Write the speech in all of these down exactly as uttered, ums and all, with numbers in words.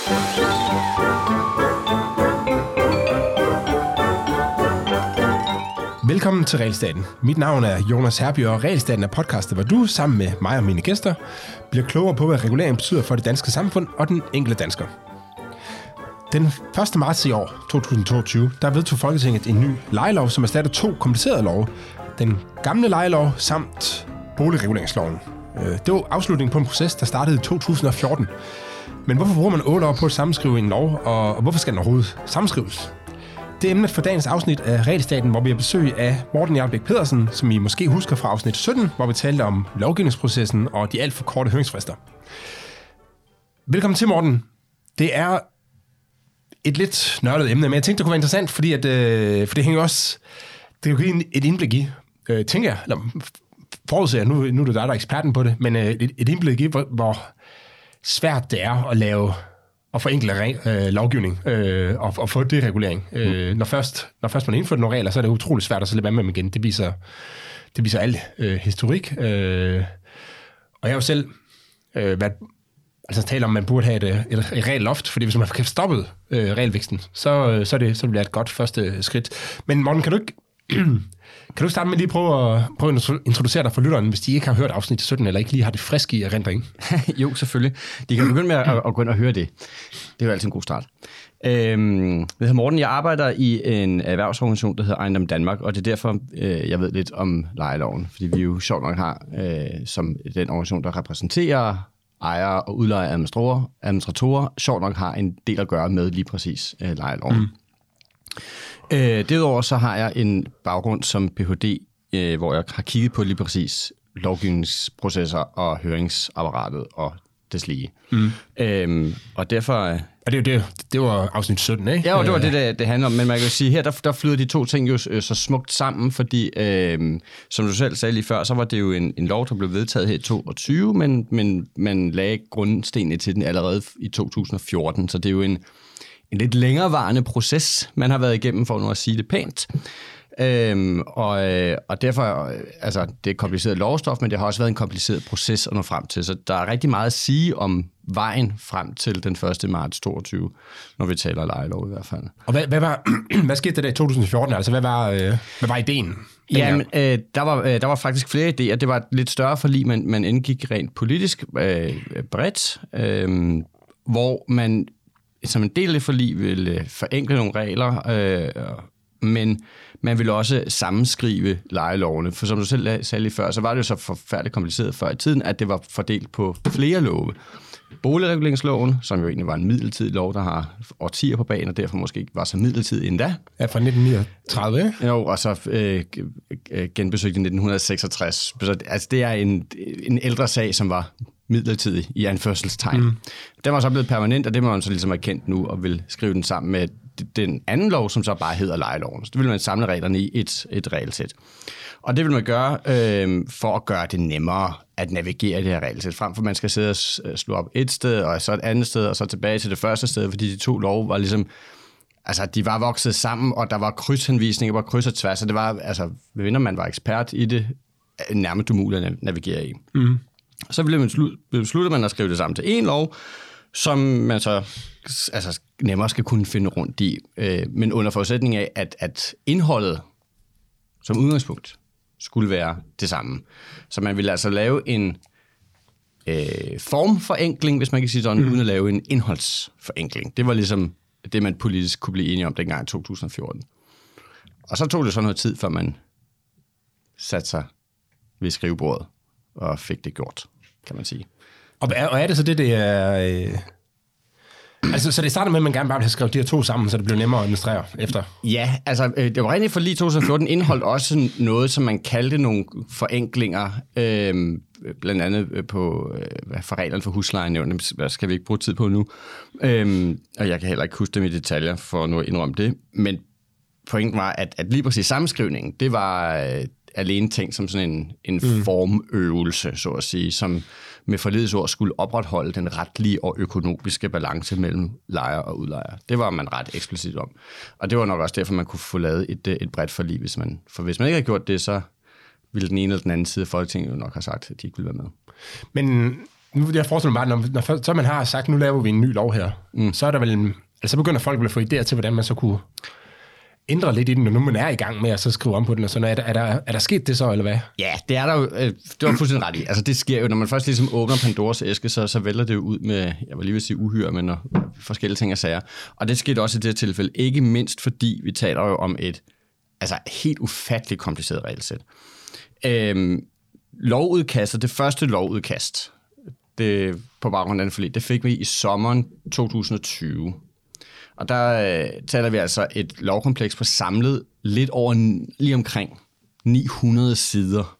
Velkommen til Realstaten. Mit navn er Jonas Herby, og Realstaten er podcastet, hvor du sammen med mig og mine gæster bliver klogere på, hvad regulering betyder for det danske samfund og den enkelte dansker. Den første marts i år, to tusind toogtyve, der vedtog Folketinget en ny lejelov, som erstatter to komplicerede love. Den gamle lejelov samt boligreguleringsloven. Det var afslutningen på en proces, der startede i to tusind og fjorten. Men hvorfor bruger man otte år på at sammenskrive en lov, og hvorfor skal den overhovedet sammenskrives? Det er emnet for dagens afsnit af Realstaten, hvor vi har besøg af Morten Hjalbæk Pedersen, som I måske husker fra afsnit sytten, hvor vi talte om lovgivningsprocessen og de alt for korte høringsfrister. Velkommen til, Morten. Det er et lidt nørdet emne, men jeg tænkte, det kunne være interessant, fordi at, øh, for det hænger også, det er jo et indblik i, øh, tænker jeg, eller forudser, nu, nu er det dig, der er eksperten på det, men øh, et, et indblik i, hvor, hvor svært det er at lave og forenkle øh, lovgivning øh, og, og få deregulering. Mm. Øh, når, først, når først man indfører nogle regler, så er det utroligt svært at så lade være med dem igen. Det viser, det viser al øh, historik. Øh, og jeg har jo selv øh, været, altså talt om, at man burde have et, et, et regelloft, fordi hvis man kan stoppe øh, regelvæksten, så, så, er det, så bliver det et godt første skridt. Men Morten, kan du ikke kan du starte med lige at prøve at, prøve at introducere dig for lytterne, hvis de ikke har hørt afsnit sytten, eller ikke lige har det friske i erindring? Jo, selvfølgelig. De kan begynde med at, at gå ind og høre det. Det er jo altid en god start. Øhm, jeg hedder Morten, jeg arbejder i en erhvervsorganisation, der hedder Ejendom Danmark, og det er derfor, øh, jeg ved lidt om lejeloven, fordi vi jo sjovt nok har, øh, som den organisation, der repræsenterer ejere og udlejere administratorer, administratorer, sjovt nok har en del at gøre med lige præcis øh, lejeloven. Mm. Øh, derudover så har jeg en baggrund som P H D, øh, hvor jeg har kigget på lige præcis lovgivningsprocesser og høringsapparatet og deslige. Mm. Øhm, og derfor... Og det, det, det var afsnit sytten, ikke? Ja, og det var det, det, det handler om. Men man kan jo sige, her der, der flyder de to ting jo øh, så smukt sammen, fordi, øh, som du selv sagde lige før, så var det jo en, en lov, der blev vedtaget her i toogtyve, men, men man lagde grundstenene til den allerede i to tusind og fjorten, så det er jo en En lidt længerevarende proces, man har været igennem, for nu at sige det pænt. Øhm, og, og derfor, altså, det er kompliceret lovstof, men det har også været en kompliceret proces at nå frem til. Så der er rigtig meget at sige om vejen frem til den første marts toogtyve, når vi taler lejelov i hvert fald. Og hvad, hvad, var, hvad skete der i to tusind og fjorten? Altså, hvad var, øh, hvad var ideen? Ja, men, øh, der, var, øh, der var faktisk flere idéer. Det var et lidt større forlig, man, man indgik rent politisk øh, bredt, øh, hvor man som en del af forlig ville forenkle nogle regler, øh, men man ville også sammenskrive lejelovene. For som du selv sagde lige før, så var det jo så forfærdeligt kompliceret før i tiden, at det var fordelt på flere love. Boligreguleringsloven, som jo egentlig var en midlertidig lov, der har årtier på banen, og derfor måske ikke var så midlertidig endda. Ja, fra nitten niogtredive, ikke? Jo, og så øh, genbesøgt i nitten seksogtres. Så altså, det er en, en ældre sag, som var midlertidig i anførselstegn. Mm. Den var så blevet permanent, og det må man så ligesom have kendt nu, og vil skrive den sammen med den anden lov, som så bare hedder lejeloven. Så det vil man samle reglerne i et, et regelsæt. Og det vil man gøre øh, for at gøre det nemmere at navigere i det her regelsæt, frem for man skal sidde og slå op et sted, og så et andet sted, og så tilbage til det første sted, fordi de to love var ligesom, altså de var vokset sammen, og der var krydshenvisninger på kryds og tværs, så det var, altså, hvis man var ekspert i det, nærmest umuligt at navigere i. Mm. Så ville man beslutte man at skrive det sammen til en lov, som man så altså, nemmere skal kunne finde rundt i, øh, men under forudsætning af, at, at indholdet som udgangspunkt skulle være det samme. Så man ville altså lave en øh, formforenkling, hvis man kan sige sådan, mm. uden at lave en indholdsforenkling. Det var ligesom det, man politisk kunne blive enige om dengang i to tusind og fjorten. Og så tog det så noget tid, før man satte sig ved skrivebordet og fik det gjort, kan man sige. Og er, og er det så det, det er... Øh... Altså, så det starter med, at man gerne bare vil have skrevet de her to sammen, så det bliver nemmere at administrere efter? Ja, altså, det var rigtig for lige to tusind og fjorten indeholdt også noget, som man kaldte nogle forenklinger, øh, blandt andet på øh, for reglerne for huslejenævn. Hvad skal vi ikke bruge tid på nu? Øh, og jeg kan heller ikke huske dem i detaljer, for nu at indrømme det. Men pointen var, at, at lige præcis sammenskrivningen, det var øh, alene tænkt som sådan en, en mm. formøvelse, så at sige, som med forledets ord skulle opretholde den retlige og økonomiske balance mellem lejer og udlejer. Det var man ret eksplicit om. Og det var nok også derfor, man kunne få lavet et, et bredt forlig, hvis man, for hvis man ikke havde gjort det, så ville den ene eller den anden side af Folketinget jo nok have sagt, at de ikke ville være med. Men nu jeg forestiller mig bare, når, når så man har sagt, nu laver vi en ny lov her, mm. så er der vel, altså så begynder folk at få idéer til, hvordan man så kunne ændre lidt i den, når nu man er i gang med at så skrive om på den, og sådan. Er der, er der, er der sket det så, eller hvad? Ja, det er der jo, det var fuldstændig ret i. Altså det sker jo, når man først ligesom åbner Pandoras æske, så, så vælter det jo ud med, jeg vil lige vil sige uhyre, men når, forskellige ting og sager. Og det skete også i det her tilfælde, ikke mindst fordi vi taler jo om et altså helt ufatteligt kompliceret regelsæt. Øhm, lovudkastet, det første lovudkast, det, på baggrund af den forlig, det fik vi i sommeren to tusind og tyve. Og der øh, taler vi altså et lovkompleks på samlet lidt over lige omkring ni hundrede sider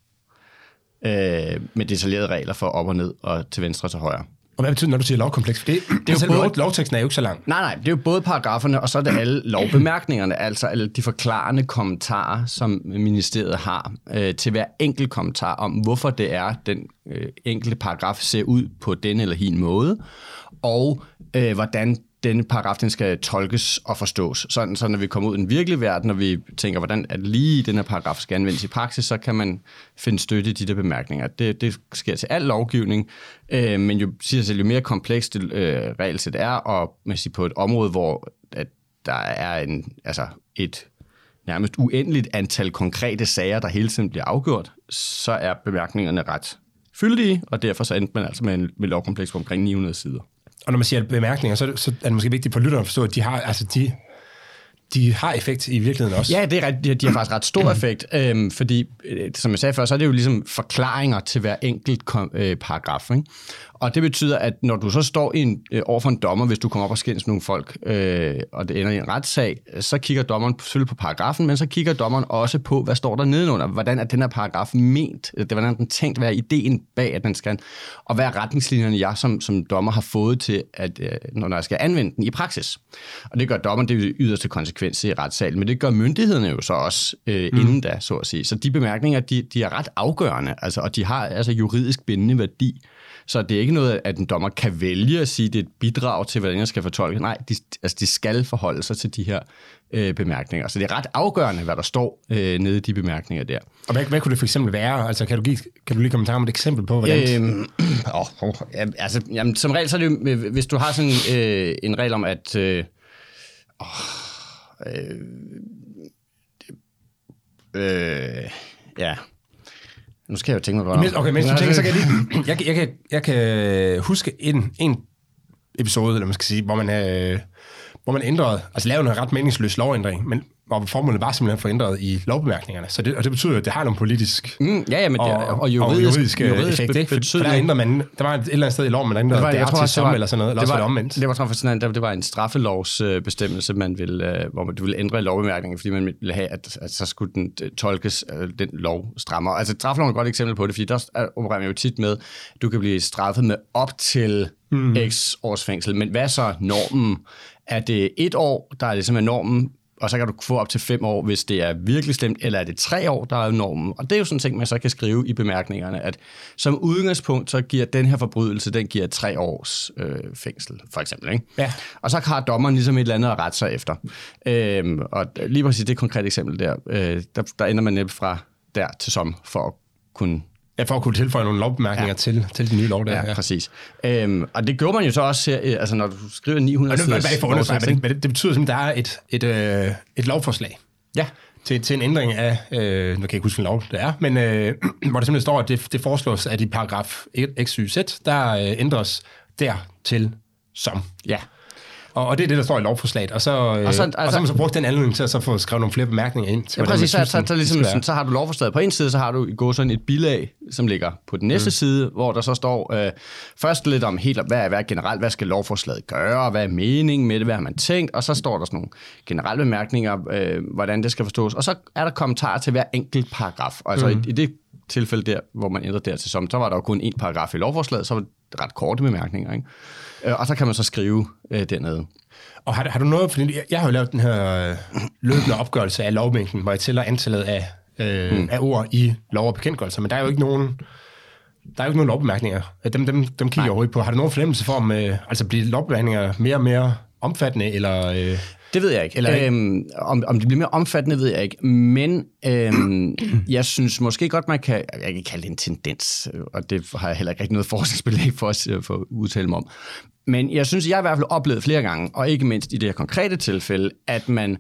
øh, med detaljerede regler for op og ned og til venstre og til højre. Og hvad betyder det, når du siger lovkompleks? For det, det er jo både, lov, lovteksten er jo ikke så lang. Nej, nej, det er jo både paragraferne, og så er det alle lovbemærkningerne, altså alle de forklarende kommentarer, som ministeriet har øh, til hver enkelt kommentar om, hvorfor det er, den øh, enkelte paragraf ser ud på den eller hin måde, og øh, hvordan denne paragraf, den skal tolkes og forstås. Sådan, så når vi kommer ud i den virkelige verden, og vi tænker, hvordan at lige den her paragraf skal anvendes i praksis, så kan man finde støtte i de der bemærkninger. Det, det sker til al lovgivning, øh, men jo, siger sig, jo mere komplekst det øh, regelsæt er, og man siger, på et område, hvor at der er en, altså et nærmest uendeligt antal konkrete sager, der hele tiden bliver afgjort, så er bemærkningerne ret fyldige, og derfor så endte man altså med en med lovkompleks på omkring ni hundrede sider. Og når man siger bemærkninger, så, så er det måske vigtigt for lytterne at forstå, at de har, altså de, de har effekt i virkeligheden også. Ja, det er ret, de har faktisk ret stor effekt, øhm, fordi, som jeg sagde før, så er det jo ligesom forklaringer til hver enkelt kom, øh, paragraf. Ikke? Og det betyder, at når du så står i en, øh, over for en dommer, hvis du kommer op og skændes med nogle folk, øh, og det ender i en retssag, så kigger dommeren selvfølgelig på paragrafen, men så kigger dommeren også på, hvad står der nedenunder, hvordan er den her paragraf ment, det, hvordan er den tænkt, hvad er ideen bag, at den skal, og hvad er retningslinjerne, jeg som, som dommer har fået til, at, øh, når jeg skal anvende den i praksis. Og det gør dommeren, det er yderste konsekvens i retssalen, men det gør myndighederne jo så også øh, mm. inden da, så at sige. Så de bemærkninger, de, de er ret afgørende, altså, og de har altså juridisk bindende værdi. Så det er ikke noget, at en dommer kan vælge at sige, at det er et bidrag til, hvordan jeg skal fortolke. Nej, de, altså de skal forholde sig til de her øh, bemærkninger. Så det er ret afgørende, hvad der står øh, nede i de bemærkninger der. Og hvad, hvad kunne det for eksempel være? Altså, kan du, give, kan du lige komme med et eksempel på, hvordan... Øhm, åh, åh, altså, jamen, som regel, så er det jo, hvis du har sådan øh, en regel om, at... Øh, øh, øh, ja... Nu skal jeg jo tænke mig godt om. Okay, mens du tænker, så kan jeg lige... Jeg, jeg, kan, jeg kan huske en, en episode, eller man skal sige, hvor man, øh, hvor man ændrede, altså lavede en ret meningsløs lovændring, men hvor formålet var simpelthen forændret i lovbemærkningerne. Så det, og det betyder, at det har nogle politisk mm, ja, ja, men og, det, og juridisk, og juridisk, juridisk effekt. Be, for der ændrer man, der var et eller andet sted i loven, man ændrede det, det er til som eller sådan noget, eller det også var, var det omvendt. Det var sådan, det var en straffelovsbestemmelse, man ville, hvor man ville ændre i lovbemærkningen, fordi man ville have, at, at så skulle den tolkes, den lov strammer. Altså straffeloven er et godt eksempel på det, fordi der opererer man jo tit med, at du kan blive straffet med op til mm. x års fængsel. Men hvad er så normen? Er det et år, der er det simpelthen normen, og så kan du få op til fem år, hvis det er virkelig slemt, eller er det tre år, der er normen. Og det er jo sådan en ting, man så kan skrive i bemærkningerne, at som udgangspunkt, så giver den her forbrydelse, den giver tre års øh, fængsel, for eksempel. Ikke? Ja. Og så har dommeren ligesom et eller andet at rette sig efter. Øhm, og lige præcis det konkrete eksempel der, øh, der, der ender man nemlig fra der til som, for at kunne... Ja, for at kunne tilføje nogle lovbemærkninger ja. til, til de nye lov der. Ja, ja. Præcis. Øhm, og det gjorde man jo så også her, altså når du skriver ni hundrede sider. Det, det, det betyder simpelthen, at der er et, et, øh, et lovforslag ja. til, til en ændring af, øh, nu kan jeg ikke huske, hvilken lov det er, men øh, hvor det simpelthen står, at det, det foreslås, at i paragraf X Y Z, der øh, ændres der til som. Ja. Og, og det er det, der står i lovforslaget. Og så, øh, og så, altså, og så har man så brugt den anledning til at så få skrevet nogle flere bemærkninger ind. Til, ja, præcis. Så, så, så, ligesom, sådan, så har du lovforslaget på en side, så har du i går sådan et bilag, som ligger på den næste mm. side, hvor der så står øh, først lidt om helt, hvad, hvad generelt, hvad skal lovforslaget gøre, hvad er meningen med det, hvad har man tænkt, og så står der sådan nogle generelle bemærkninger, øh, hvordan det skal forstås. Og så er der kommentarer til hver enkelt paragraf. Og altså mm. i, i det tilfælde der, hvor man ændrer der til som, så var der jo kun én paragraf i lovforslaget, så var det ret korte bemærkninger, ikke? Og så kan man så skrive øh, dernede. Og har, har du noget, fordi jeg, jeg har jo lavet den her løbende opgørelse af lovmængden, hvor jeg tæller antallet af, øh, mm. af ord i lov- og bekendtgørelser, men der er jo ikke nogen, der er jo ikke nogen lovbemærkninger. Dem, dem, dem kigger jeg overhovedet på. Har du nogen fornemmelse for, om øh, altså bliver lovbemærkninger mere og mere omfattende, eller... Øh Det ved jeg ikke. Eller øhm, om, om det bliver mere omfattende, ved jeg ikke. Men øhm, jeg synes måske godt, man kan... Jeg kan kalde det en tendens, og det har jeg heller ikke rigtig noget forskningsbelæg for at, for at udtale mig om. Men jeg synes, jeg har i hvert fald oplevet flere gange, og ikke mindst i det her konkrete tilfælde, at man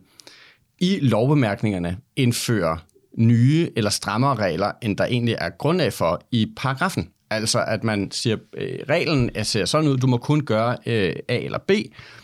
i lovbemærkningerne indfører nye eller strammere regler, end der egentlig er grundlag for i paragrafen. Altså at man siger, øh, reglen ser sådan ud, du må kun gøre øh, A eller B,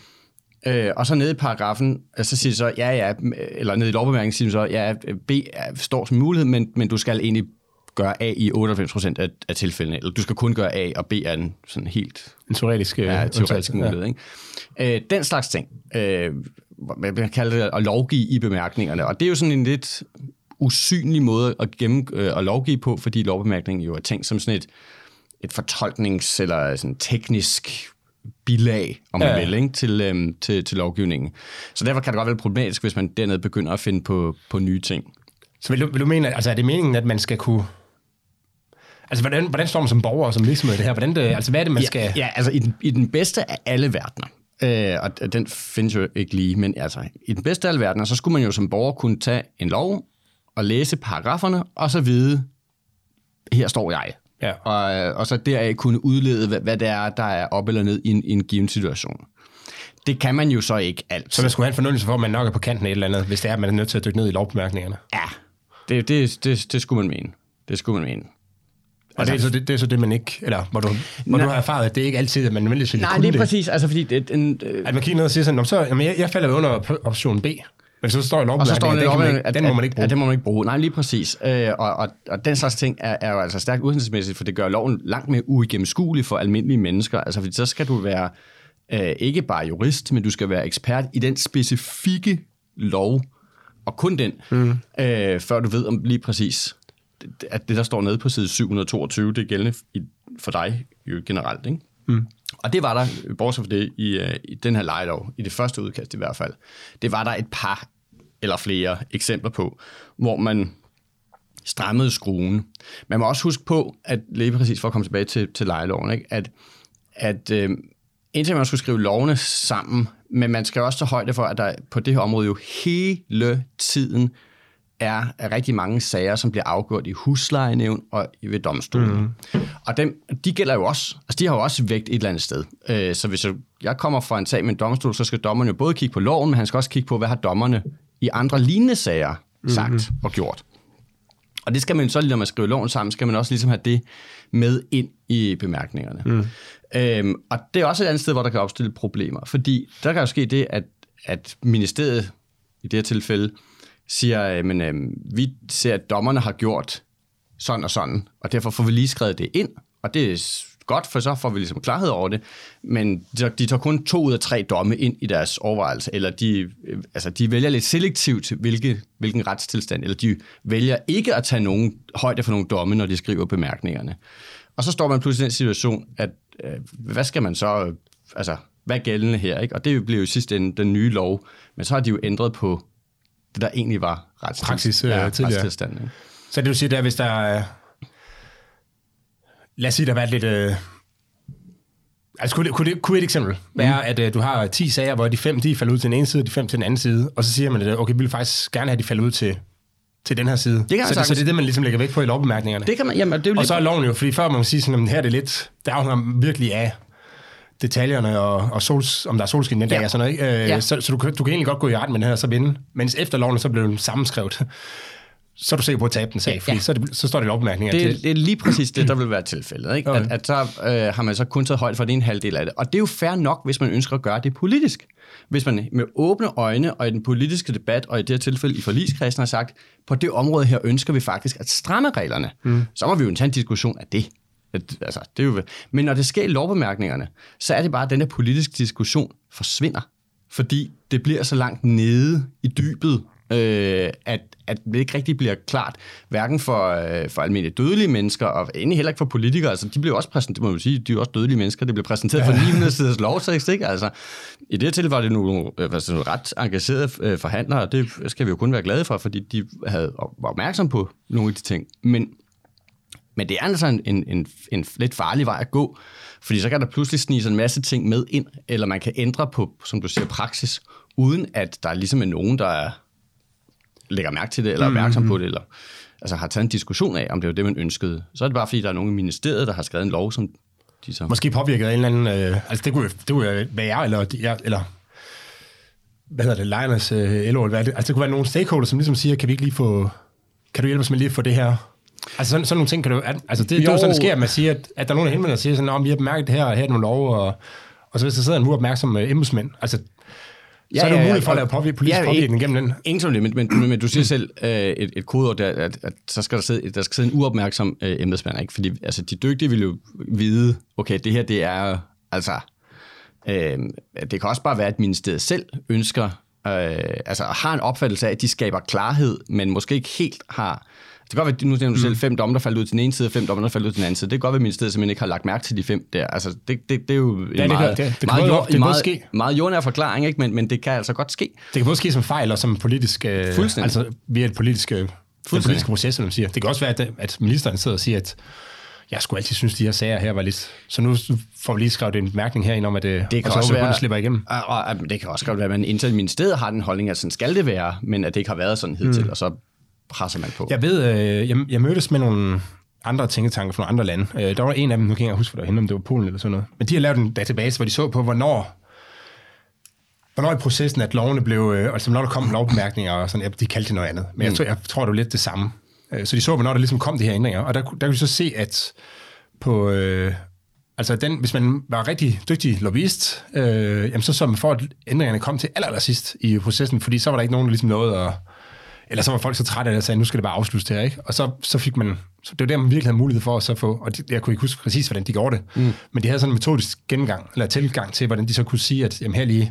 øh, og så nede i paragrafen, så siger så, ja, ja, eller nede i lovbemærkningen siger så, ja, B er, står som mulighed, men, men du skal egentlig gøre A i otteoghalvfems procent af, af tilfældene, eller du skal kun gøre A, og B er en sådan helt en teoretisk, ja, teoretisk mulighed. Ja. Ikke? Øh, den slags ting, øh, man kan kalde det at lovgive i bemærkningerne, og det er jo sådan en lidt usynlig måde at, gennem, øh, at lovgive på, fordi lovbemærkningen jo er tænkt som sådan et, et fortolknings- eller sådan teknisk bilag, om man ja. vil, ikke? Til, øhm, til, til lovgivningen. Så derfor kan det godt være problematisk, hvis man dernede begynder at finde på, på nye ting. Så vil du, vil du mene, altså er det meningen, at man skal kunne... Altså, hvordan, hvordan står man som borger og som virksomhed det her? Hvordan det, altså, hvad er det, man skal... Ja, ja altså i den, i den bedste af alle verdener, øh, og den findes jo ikke lige, men altså, i den bedste af alle verdener, så skulle man jo som borger kunne tage en lov og læse paragraferne, og så vide, her står jeg. Ja. Og, og så deraf kunne udlede, hvad, hvad det er, der er op eller ned i en, i en given situation. Det kan man jo så ikke altid. Så man skulle have en fornemmelse for, at man nok er på kanten af et eller andet, hvis det er, at man er nødt til at dykke ned i lovbemærkningerne? Ja, det, det, det, det skulle man mene. Det skulle man mene. Og altså, det, er så det, det er så det, man ikke... Eller hvor du, hvor du har erfaret, at det ikke altid, at man nødvendigvis nej, det er præcis. Altså, fordi det, en, øh, at man kigger ned og siger sådan, så, jamen, jeg, jeg falder under option B. Men så står i lovbemærkningen, at den må man ikke bruge. Ja, den må man ikke bruge. Nej, lige præcis. Øh, og, og, og den slags ting er, er jo altså stærkt uhensigtsmæssigt, for det gør loven langt mere uigennemskuelig for almindelige mennesker. Altså, fordi så skal du være øh, ikke bare jurist, men du skal være ekspert i den specifikke lov, og kun den, mm. øh, før du ved om lige præcis, at det, der står nede på side syv hundrede og toogtyve, det er gældende for dig jo generelt, ikke? Mm. Og det var der, bortset fra det, i, i den her lejelov, i det første udkast i hvert fald, det var der et par eller flere eksempler på, hvor man strammede skruen. Man må også huske på, at lige præcis for at komme tilbage til, til lejeloven, ikke? at, at øh, indtil man skulle skrive lovene sammen, men man skal også tage højde for, at der på det her område jo hele tiden er, er rigtig mange sager, som bliver afgjort i huslejenævn og ved domstolen. Mm. Og dem, de gælder jo også, altså de har jo også vægt et eller andet sted. Øh, så hvis jeg, jeg kommer fra en sag med en domstol, så skal dommeren jo både kigge på loven, men han skal også kigge på, hvad har dommerne i andre lignende sager sagt mm-hmm. og gjort. Og det skal man så, når man skriver loven sammen, skal man også ligesom have det med ind i bemærkningerne. Mm. Øhm, og det er også et andet sted, hvor der kan opstille problemer, fordi der kan jo ske det, at, at ministeriet i det her tilfælde siger, men øh, vi ser, at dommerne har gjort sådan og sådan, og derfor får vi lige skrevet det ind, og det er godt, for så får vi ligesom klarhed over det, men de, de tager kun to ud af tre domme ind i deres overvejelse, eller de, øh, altså de vælger lidt selektivt, hvilke, hvilken retstilstand, eller de vælger ikke at tage nogen højde for nogle domme, når de skriver bemærkningerne. Og så står man pludselig i den situation, at øh, hvad skal man så, øh, altså hvad er gældende her, ikke? Og det bliver jo i sidste ende den nye lov, men så har de jo ændret på det, der egentlig var retstilstand. Praksis, øh, ja, retstilstand, ja. Så det du siger, der hvis der er... Lad os sige, der har været lidt... Øh... Altså, kunne, det, kunne, det, kunne et eksempel være, mm. at øh, du har ti sager, hvor de fem, de falder ud til den ene side, og de fem til den anden side, og så siger man, at okay, vi vil faktisk gerne have, de falder ud til, til den her side. Det så, det, så det er det, man ligesom lægger væk på i lovbemærkningerne. Det kan man, jamen, det er jo og så er loven jo, fordi før man sige sådan, at her er det lidt... Der afhænger virkelig af detaljerne, og, og sols, om der er solskin den dag, ja. og sådan noget, ikke? Øh, ja. Så, så du, du kan egentlig godt gå i ret med den her, så vinde. Mens efter loven, så bliver den sammenskrevet. Så er du sikker på at tabe den sag, fordi ja. så, det, så står det i lovbemærkninger det, til. Det er lige præcis det, der vil være tilfældet. Ikke? Okay. At, at så øh, har man så kun taget højde for den ene halvdel af det. Og det er jo fair nok, hvis man ønsker at gøre det politisk. Hvis man med åbne øjne og i den politiske debat, og i det her tilfælde i forligskredsen har sagt, på det område her ønsker vi faktisk at stramme reglerne, mm. så må vi jo tage en diskussion af det. At, altså, det er jo, men når det sker i lovbemærkningerne, så er det bare, at den her politiske diskussion forsvinder. Fordi det bliver så langt nede i dybet, øh, at, at det ikke rigtig bliver klart, hverken for, øh, for almindelige dødelige mennesker, og egentlig heller ikke for politikere. Altså, de bliver også præsenteret, må man sige, de er jo også dødelige mennesker, det bliver præsenteret for ni hundrede siders lovtekst, ikke? Altså, i det tilfælde var det nogle, altså, nogle ret engagerede øh, forhandlere, og det skal vi jo kun være glade for, fordi de havde, var opmærksom på nogle af de ting. Men Men det er altså en, en, en, en lidt farlig vej at gå, fordi så kan der pludselig snige sådan en masse ting med ind, eller man kan ændre på, som du siger, praksis, uden at der ligesom er nogen, der er, lægger mærke til det, eller er opmærksom mm-hmm. på det, eller altså har taget en diskussion af, om det var det, man ønskede. Så er det bare, fordi der er nogen i ministeriet, der har skrevet en lov, som de så... Måske påvirket af en eller anden... Øh, altså, det kunne, det kunne være, eller... Ja, eller hvad hedder det? Lejnernes øh, L O, eller hvad det? Altså, det kunne være nogle stakeholders, som ligesom siger, kan vi ikke lige få... Kan du hjælpe os med lige at få det her... Altså sådan, sådan nogle ting kan du... Altså det, det er jo sådan, det sker, at man siger, at, at der er nogen, der henvender og siger sådan, om vi har bemærket det her, og her er nogle lov, og, og så hvis der sidder en uopmærksom øh, embedsmænd, altså ja, så er det jo ja, muligt for at lave påvirke, politisk ja, påvirkning gennem den. Ingen som det, men, men, men du siger selv øh, et, et kodeord, der, at, at så skal der sidde, der skal sidde en uopmærksom øh, embedsmand, ikke? Fordi altså, de dygtige vil jo vide, okay, det her, det er altså... Øh, det kan også bare være, at ministeriet selv ønsker, øh, altså har en opfattelse af, at de skaber klarhed, men måske ikke helt har... Det kan godt være, at nu siger du selv fem domme, der faldt ud til den ene side, og fem domme, der faldt ud til den anden side. Det kan godt være, at ministeriet simpelthen ikke har lagt mærke til de fem der. Altså, det, det, det er jo en ja, det meget, kan, det, det meget, jord, det meget, ske. meget jordnær forklaring, ikke? Men, men det kan altså godt ske. Det kan både ske som fejl og som politisk... Øh, altså via et politisk, øh, politisk proces, som de siger. Det kan også være, at, at ministeren sidder og siger, at jeg skulle altid synes, at de her sager her var lidt... Så nu får vi lige skrevet en mærkning herind om, at det kan også være, at slipper igennem. Og, og, og, det kan også godt være, at man internt i ministeriet har den holdning, at sådan skal det være, men at det ikke har været sådan hidtil, mm. og så presser man på. Jeg ved, øh, jeg, jeg mødtes med nogle andre tænketanker fra nogle andre lande. Øh, der var en af dem, nu kan jeg huske, hvad der om det var Polen eller sådan noget. Men de har lavet en database, hvor de så på, hvornår, hvornår i processen, at lovene blev, øh, altså når der kom lovbemærkninger og sådan, ja, de kaldte det noget andet. Men mm. jeg, tror, jeg tror, det var lidt det samme. Øh, så de så, hvornår der ligesom kom de her ændringer. Og der, der kunne de så se, at på... Øh, altså, den, hvis man var rigtig dygtig lobbyist, øh, jamen så så man for, at ændringerne kom til aller, aller sidst i processen, fordi så var der ikke nogen, der ligesom nåede at... Eller så var folk så trætte af det, og sagde, nu skal det bare afsluttes her, ikke? Og så, så fik man... Så det var der, man virkelig havde mulighed for at så få... Og de, jeg kunne ikke huske præcis, hvordan de gjorde det. Mm. Men de havde sådan en metodisk gennemgang, eller tilgang til, hvordan de så kunne sige, at jamen, her lige...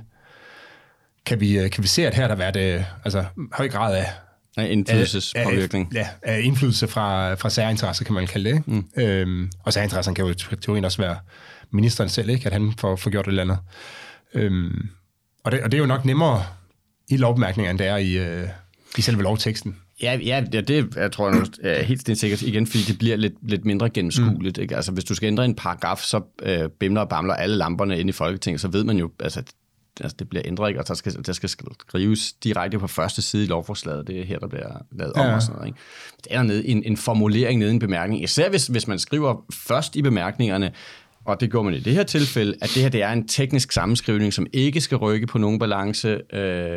Kan vi, kan vi se, at her der har været altså, høj grad af... Af indflydelsespåvirkning. Ja, af indflydelse fra, fra særinteresser, kan man kalde det, ikke? Mm. Øhm, og særinteresserne kan jo teorien også være ministeren selv, ikke? At han får, får gjort et eller andet. Øhm, og, det, og det er jo nok nemmere i lovbemærkninger, end det er i... Øh, i selve lovteksten. Ja, ja, det jeg tror jeg er helt sikkert igen, fordi det bliver lidt, lidt mindre gennemskueligt. Mm. Ikke? Altså, hvis du skal ændre en paragraf, så øh, bimler og bamler alle lamperne inde i Folketinget, så ved man jo, altså, altså det bliver ændret, ikke? Og der skal, der skal skrives direkte på første side i lovforslaget. Det er her, der bliver lavet om ja. Og sådan noget. Ikke? Det er nede en, en formulering nede i en bemærkning. Især hvis, hvis man skriver først i bemærkningerne, og det går man i det her tilfælde, at det her det er en teknisk sammenskrivning, som ikke skal rykke på nogen balance, øh,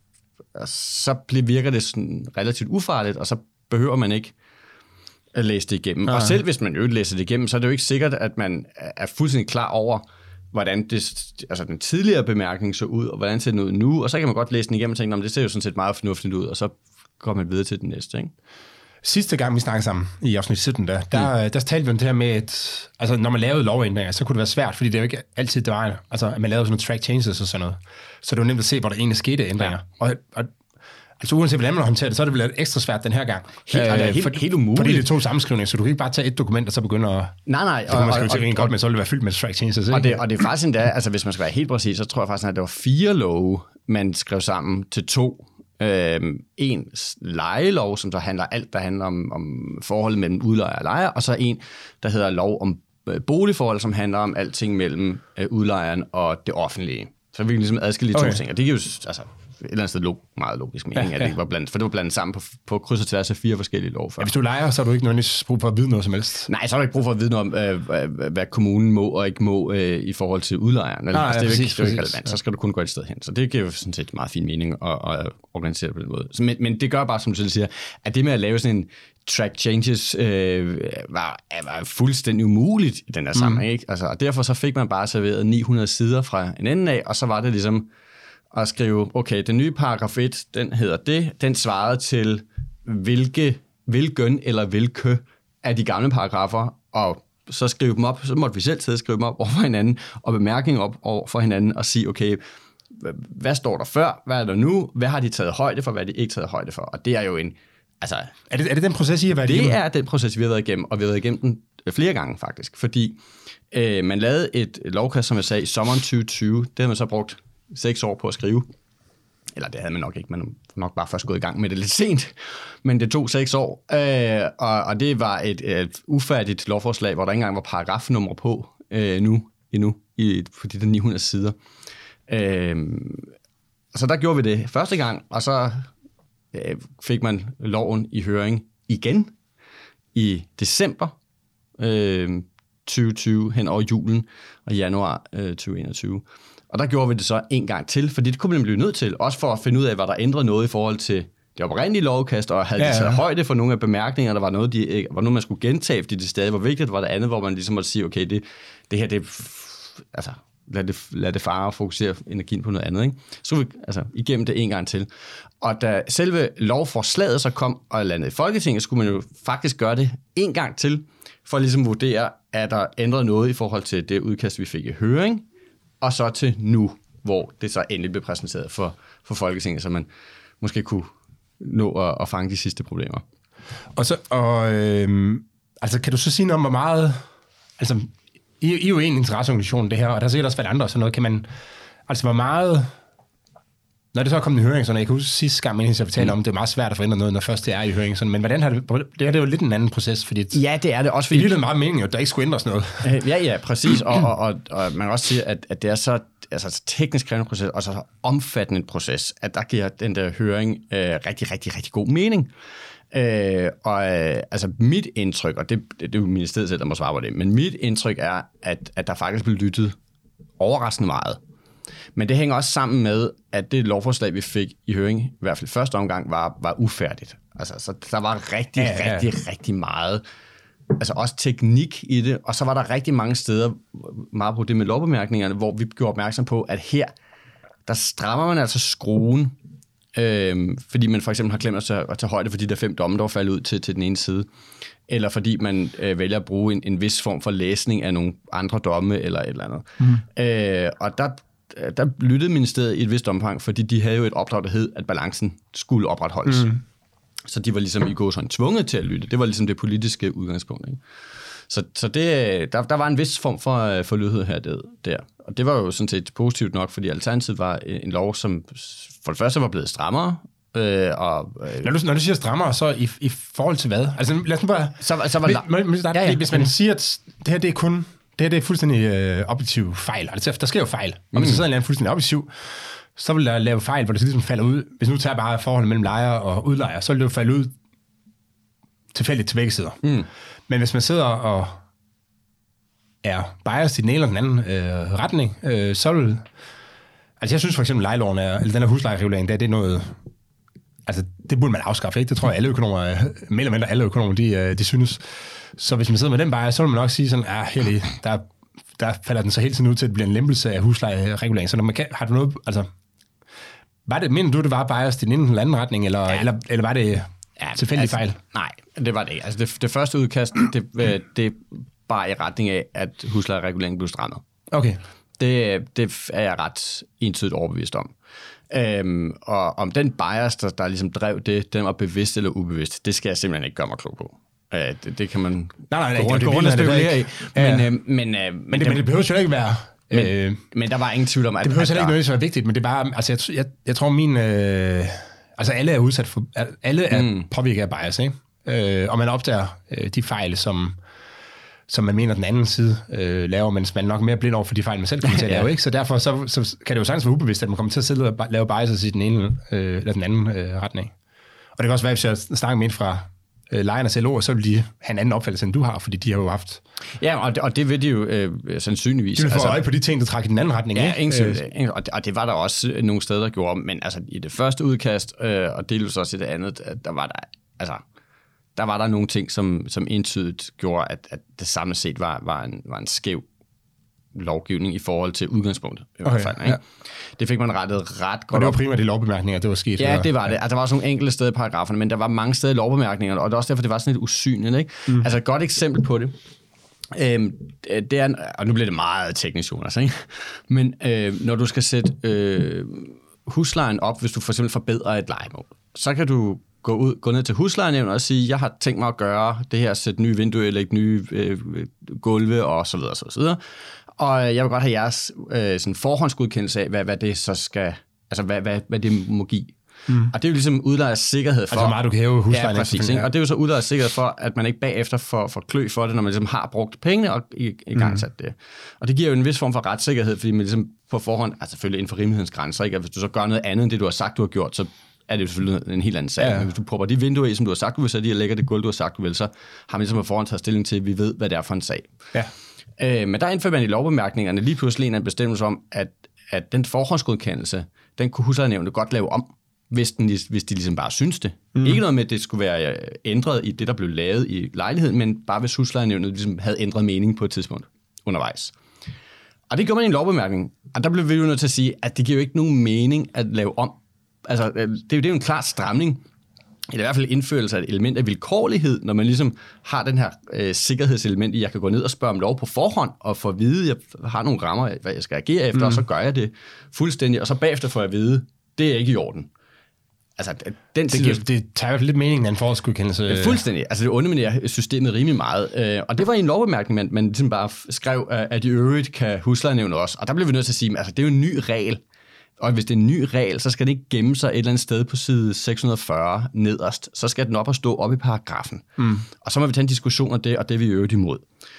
så virker det sådan relativt ufarligt, og så behøver man ikke at læse det igennem. Ja. Og selv hvis man jo læser det igennem, så er det jo ikke sikkert, at man er fuldstændig klar over, hvordan det, altså den tidligere bemærkning så ud, og hvordan ser den ud nu, og så kan man godt læse den igennem og tænke, det ser jo sådan set meget fornuftigt ud, og så går man videre til den næste, ikke? Sidste gang, vi snakkede sammen i afsnit sytten, der, der, mm. der talte vi om det her med, at altså, når man lavede lovændringer, så kunne det være svært, fordi det er jo ikke altid, det var, altså, at man lavede sådan nogle track changes og sådan noget. Så det var nemt at se, hvor der egentlig skete ændringer. Ja. Og, og altså uanset hvordan man håndterer det, så er det vel ekstra svært den her gang. Helt, øh, helt, for, helt umuligt. Fordi det er to sammenskrivninger, så du kan ikke bare tage et dokument, og så begynde at... Nej, nej. Det kunne man skrive til rent godt, men så vil det være fyldt med track changes. Ikke? Og det, og det er faktisk endda, altså hvis man skal være helt præcis, så tror jeg faktisk, at der var fire love, man skrev sammen til to. Øhm, en lejelov, som så handler alt, der handler om, om forholdet mellem udlejer og lejer, og så en, der hedder lov om boligforhold, som handler om alting mellem øh, udlejeren og det offentlige. Så vi kan ligesom adskille de okay. to ting, og det giver jo altså, et eller andet sted log, meget logisk mening, ja, ja. At det var blandt, for det var blandet sammen på, på kryds og tværs af fire forskellige lov. Ja, hvis du lejer, så har du ikke nødvendigvis brug for at vide noget som helst. Nej, så har du ikke brug for at vide noget om, øh, hvad kommunen må og ikke må øh, i forhold til udlejeren. Nej, altså, det er jo ikke, ikke relevant, ja. Så skal du kun gå et sted hen. Så det giver jo sådan set meget fin mening at, at organisere det på den måde. Så, men, men det gør bare, som du selv siger, at det med at lave sådan en track changes øh, var, var fuldstændig umuligt i den her sammenhæng. Mm. Ikke? Altså, og derfor så fik man bare serveret ni hundrede sider fra en ende af, og så var det ligesom at skrive, okay, den nye paragraf et, den hedder det, den svarede til hvilke, hvilken eller hvilke af de gamle paragrafer, og så skrive dem op, så måtte vi selv sidde og skrive dem op over for hinanden, og bemærkninger op over for hinanden, og sige, okay, hvad står der før, hvad er der nu, hvad har de taget højde for, hvad har de ikke taget højde for, og det er jo en, altså... Er det, er det den proces, I har været det igennem? Det er den proces, vi har været igennem, og vi har været igennem den flere gange faktisk, fordi øh, man lavede et lovkast, som jeg sagde, i sommeren tyve tyve, det har man så brugt seks år på at skrive. Eller det havde man nok ikke, man nok bare først gået i gang med det lidt sent, men det tog seks år, øh, og, og det var et, et ufærdigt lovforslag, hvor der ikke engang var paragrafnummer på øh, nu, endnu, i, på de der ni hundrede sider. Øh, så der gjorde vi det første gang, og så øh, fik man loven i høring igen i december øh, tyve tyve, hen over julen, og januar øh, tyve enogtyve. Og der gjorde vi det så en gang til, fordi det kunne man blive nødt til, også for at finde ud af, hvad der ændrede noget i forhold til det oprindelige lovkast, og havde ja, ja. de taget højde for nogle af bemærkninger, der var noget, de, var noget man skulle gentage, fordi det stadig var vigtigt, var det andet, hvor man ligesom måtte sige, okay, det, det her, det altså, lad det, lad det fare og fokusere energien på noget andet, ikke? Så vi altså, igennem det en gang til. Og da selve lovforslaget så kom og landede i Folketinget, skulle man jo faktisk gøre det en gang til, for at ligesom vurdere, at der ændrede noget i forhold til det udkast, vi fik i høring, og så til nu, hvor det så endelig blev præsenteret for, for Folketinget, så man måske kunne nå at, at fange de sidste problemer. Og så, og, øh, altså kan du så sige noget om, hvor meget, altså, I, I er jo en interesseorganisation, det her, og der er sikkert også været andre og sådan noget, kan man, altså hvor meget, når det så er kommet i høring, sådan, jeg kan huske sidste gang, jeg fortalte mm. om, det er meget svært at forandre noget, når først det er i høring, sådan, men hvordan har det, det er det jo lidt en anden proces, fordi ja, det er det også, fordi det er meget meningen, at der ikke skulle ændres noget. Ja, ja, præcis, og, og, og, og man kan også sige, at, at det er så altså teknisk krævende proces, og så omfattende en proces, at der giver den der høring øh, rigtig, rigtig, rigtig god mening. Øh, og øh, altså mit indtryk, og det, det, det er jo ministeriet selv, der må svare på det, men mit indtryk er, at, at der faktisk blev lyttet overraskende meget. Men det hænger også sammen med, at det lovforslag, vi fik i høring, i hvert fald første omgang, var, var ufærdigt. Altså, så der var rigtig, ja, ja. rigtig, rigtig meget, altså også teknik i det, og så var der rigtig mange steder, meget på det med lovbemærkningerne, hvor vi gjorde opmærksom på, at her, der strammer man altså skruen, øh, fordi man for eksempel har glemt at tage, at tage højde for de der fem domme, der var faldet ud til, til den ene side, eller fordi man øh, vælger at bruge en, en vis form for læsning af nogle andre domme, eller et eller andet. Mm. Øh, og der der lyttede ministeriet i et vist omfang, fordi de havde jo et opdrag, der hed, at balancen skulle opretholdes. Mm. Så de var ligesom i gåseøjne tvunget til at lytte. Det var ligesom det politiske udgangspunkt. Ikke? Så, så det, der, der var en vis form for, for lydhed her der. Og det var jo sådan set positivt nok, fordi alternativet var en lov, som for det første var blevet strammere. Øh, og, øh, når, du, når du siger strammere, så i, i forhold til hvad? Altså lad os bare... Så, så var la- må, må starte, ja, ja. Hvis man siger, at det her det er kun... Det her det er fuldstændig øh, objektiv fejl. Altså, der sker jo fejl. Og hvis der sidder en eller anden fuldstændig objektiv, så vil der lave fejl, hvor det ligesom falder ud. Hvis nu tager bare forholdet mellem lejer og udlejer, så vil det jo falde ud tilfældigt til begge sider. Mm. Men hvis man sidder og er biased i den ene eller den anden øh, retning, øh, så vil... Altså jeg synes for eksempel, lejeloven er, eller den her huslejeregulering, det er, det er noget... Altså det burde man afskaffe, ikke? Det tror jeg alle økonomer, mere eller mindre alle økonomer, de, de synes... Så hvis man sidder med den bias, så vil man nok sige sådan, ja, heldig, der, der falder den så hele tiden ud til, at det bliver en lempelse af huslejeregulering. Så når man kan, har du noget, altså, var det, mener du, det var bias i den ene eller anden retning, eller, ja. eller, eller var det ja, tilfældig altså, fejl? Nej, det var det ikke. Altså det, det første udkast, det, det bar i retning af, at huslejereguleringen blev strammet. Okay. Det, det er jeg ret entydigt overbevist om. Øhm, og om den bias, der, der ligesom drev det, den var bevidst eller ubevidst, det skal jeg simpelthen ikke gøre mig klog på. Ja, det, det kan man nej, nej, nej, gå rundt, gå rundt og spekulere i. Men, øh, men, øh, men, det, men det behøver jo ikke være... Men, øh, men der var ingen tvivl om, at... Det behøver jo ikke nødvendigvis være vigtigt, men det er bare... Altså, jeg, jeg, jeg tror, min... Øh, altså, alle er udsat for... Alle er mm. påvirket af bias, ikke? Øh, og man opdager øh, de fejl, som, som man mener, den anden side øh, laver, mens man nok mere blind over for de fejl, man selv kommer til at lave, ikke? Så derfor så, så kan det jo sagtens være ubevidst, at man kommer til at sidde og lave biases i den ene øh, eller den anden øh, retning. Og det kan også være, hvis jeg snakker med en fra... lejernes L O'er, så vil de have en anden opfattelse, end du har, fordi de har jo haft... Ja, og det, og det vil de jo øh, sandsynligvis. De vil få altså, øje på de ting, der trækker i den anden retning. Ja, ingen øh. og, det, og det var der også nogle steder, der gjorde, men altså i det første udkast, øh, og delvis også i det andet, der var der, altså, der var der nogle ting, som, som entydigt gjorde, at, at det samlet set var, var, en, var en skæv lovgivning i forhold til udgangspunktet. I okay, hvert fald, ikke? Ja. Det fik man rettet ret godt. Og det var primært de lovbemærkninger, det var sket. Ja, det var det. Altså, der var også nogle enkelte steder i paragraferne, men der var mange steder i lovbemærkningerne, og det er også derfor, det var sådan lidt usynligt. Ikke? Mm. Altså et godt eksempel på det, øhm, det er, og nu bliver det meget teknisk, Jonas, ikke? Men øh, når du skal sætte øh, huslejen op, hvis du for eksempel forbedrer et lejemål, så kan du gå, ud, gå ned til huslejenævnet og sige, jeg har tænkt mig at gøre det her, sætte nye vinduer, lægge nye øh, gulve og så videre, så videre. Og jeg vil godt have jeres øh, sådan forhåndsgodkendelse af, hvad, hvad det så skal, altså hvad, hvad, hvad det må give. Mm. Og det er jo ligesom udlejers sikkerhed for... Altså meget du kan hæve huslejen. Ja, præcis. Ikke? Og det er jo så udlejers sikkerhed for, at man ikke bagefter får, får klø for det, når man ligesom har brugt pengene og i, i gang sat det. Og det giver jo en vis form for retssikkerhed, fordi man ligesom på forhånd, altså selvfølgelig inden for rimelighedens grænser, ikke? At hvis du så gør noget andet end det, du har sagt, du har gjort, så er det jo selvfølgelig en helt anden sag. Ja. Men hvis du propper de vinduer i, som du har sagt, du vil sætte i, og lægger det gulv, du har sagt, du vil, så har man ligesom på forhånd taget stilling til, at vi ved, hvad det er for en sag. Ja. Øh, men der indfører man i lovbemærkningerne lige pludselig en bestemmelse om, at, at den forhåndsgodkendelse, den kunne huslejenævnet godt lave om, hvis, den, hvis de ligesom bare synes det. Mm. Ikke noget med, at det skulle være ændret i det, der blev lavet i lejligheden, men bare hvis huslejenævnet ligesom havde ændret mening på et tidspunkt undervejs. Og det gjorde man i en lovbemærkning. Og der blev vi jo nødt til at sige, at det giver jo ikke nogen mening at lave om. Altså, det er jo, det er jo en klar stramning, eller i hvert fald indførelse af et element af vilkårlighed, når man ligesom har den her øh, sikkerhedselement i, jeg kan gå ned og spørge om lov på forhånd, og få at vide, at jeg har nogle rammer, hvad jeg skal agere efter, mm. og så gør jeg det fuldstændig, og så bagefter får jeg at vide, det er ikke i orden. Altså, den det, giver, det tager jo lidt mening af en forhåndsgodkendelse. Fuldstændig. Altså, det underminerer systemet rimelig meget. Og det var en lovbemærkning, man, man ligesom bare skrev, at i øvrigt kan huslejenævnet også. Og der blev vi nødt til at sige, at altså, det er jo en ny regel. Og hvis det er en ny regel, så skal det ikke gemme sig et eller andet sted på side seks hundrede og fyrre nederst. Så skal den op og stå op i paragrafen. Mm. Og så må vi tage en diskussion af det, og det er vi i øvrigt imod.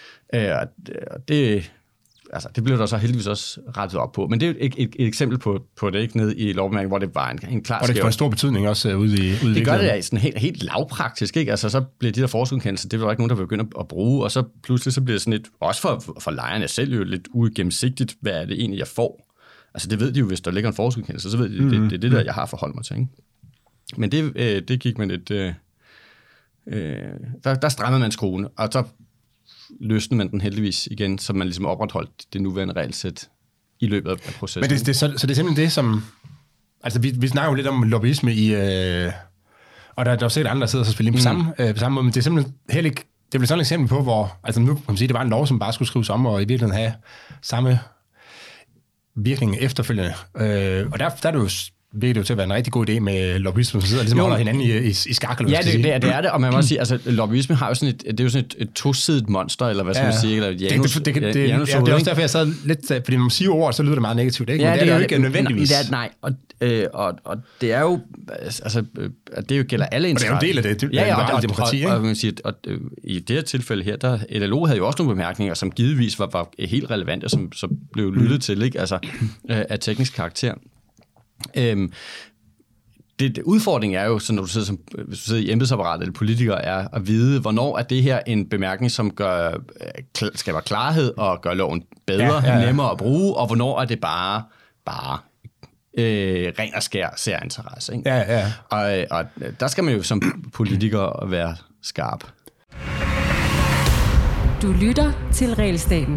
Og det... Altså, det blev der så heldigvis også rettet op på. Men det er et, et, et eksempel på, på det, ikke ned i lovbemærkningen, hvor det var en, en klar skæv. Og det får en stor betydning også uh, ude i ude Det gør det ja, sådan helt, helt lavpraktisk, ikke? Altså, så bliver de der forskerkendelser, det var der ikke nogen, der begynder at bruge, og så pludselig så bliver det sådan lidt, også for, for lejerne selv jo lidt uigennemsigtigt, hvad er det egentlig, jeg får. Altså, det ved de jo, hvis der ligger en forskerkendelse, så ved de, mm. det, det er det der, jeg har forholdt mig til, ikke? Men det, øh, det gik man lidt... Øh, øh, der, der strammede man skruen, og så løsnede man den heldigvis igen, så man ligesom opretholdt det nuværende regelsæt i løbet af processen. Men det, det, så, så det er simpelthen det, som... Altså, vi, vi snakker jo lidt om lobbyisme i... Øh, og der, der er jo sikkert andre, der sidder og spiller ind på, mm. samme, øh, på samme måde, men det er simpelthen heller ikke... Det bliver sådan et eksempel på, hvor... Altså, nu kan man sige, det var en lov, som bare skulle skrives om, og i virkeligheden have samme virkning efterfølgende. Øh, og der, der er det jo... virker det jo til at være en rigtig god idé med lobbyisme, som sidder og ligesom holder hinanden i, i, i skak. Ja, det, det, er, det er det, og man må også sige, altså lobbyisme har jo sådan et, det er jo sådan et, et tosidigt monster, eller hvad skal ja, man sige, eller Janus, det, det, det, det, Janus, ja, det er også derfor, jeg sad lidt, fordi når man siger ord, så lyder det meget negativt, ikke? Ja, men det, det er jo ikke nødvendigvis. Det er, nej, og, øh, og, og det er jo, altså, det jo gælder alle interesser. Og det er jo en del af det, det ja, ja, og, og, demokrati, ikke? Og, og, og, man siger, og, og i det her tilfælde her, der L L O havde jo også nogle bemærkninger, som givetvis var, var helt relevante, som så blev lyttet mm. til, ikke? Altså, øh, af teknisk karakter. Øhm, Det, det, udfordringen er jo, så når du sidder, som, hvis du sidder i embedsapparatet eller politiker, er at vide, hvornår er det her en bemærkning, som gør, kl- skaber klarhed og gør loven bedre, ja, ja, ja. nemmere at bruge, og hvornår er det bare, bare øh, ren og skær særinteresse. Ikke? Ja, ja. Og, og der skal man jo som politiker være skarp. Du lytter til Regelstaten.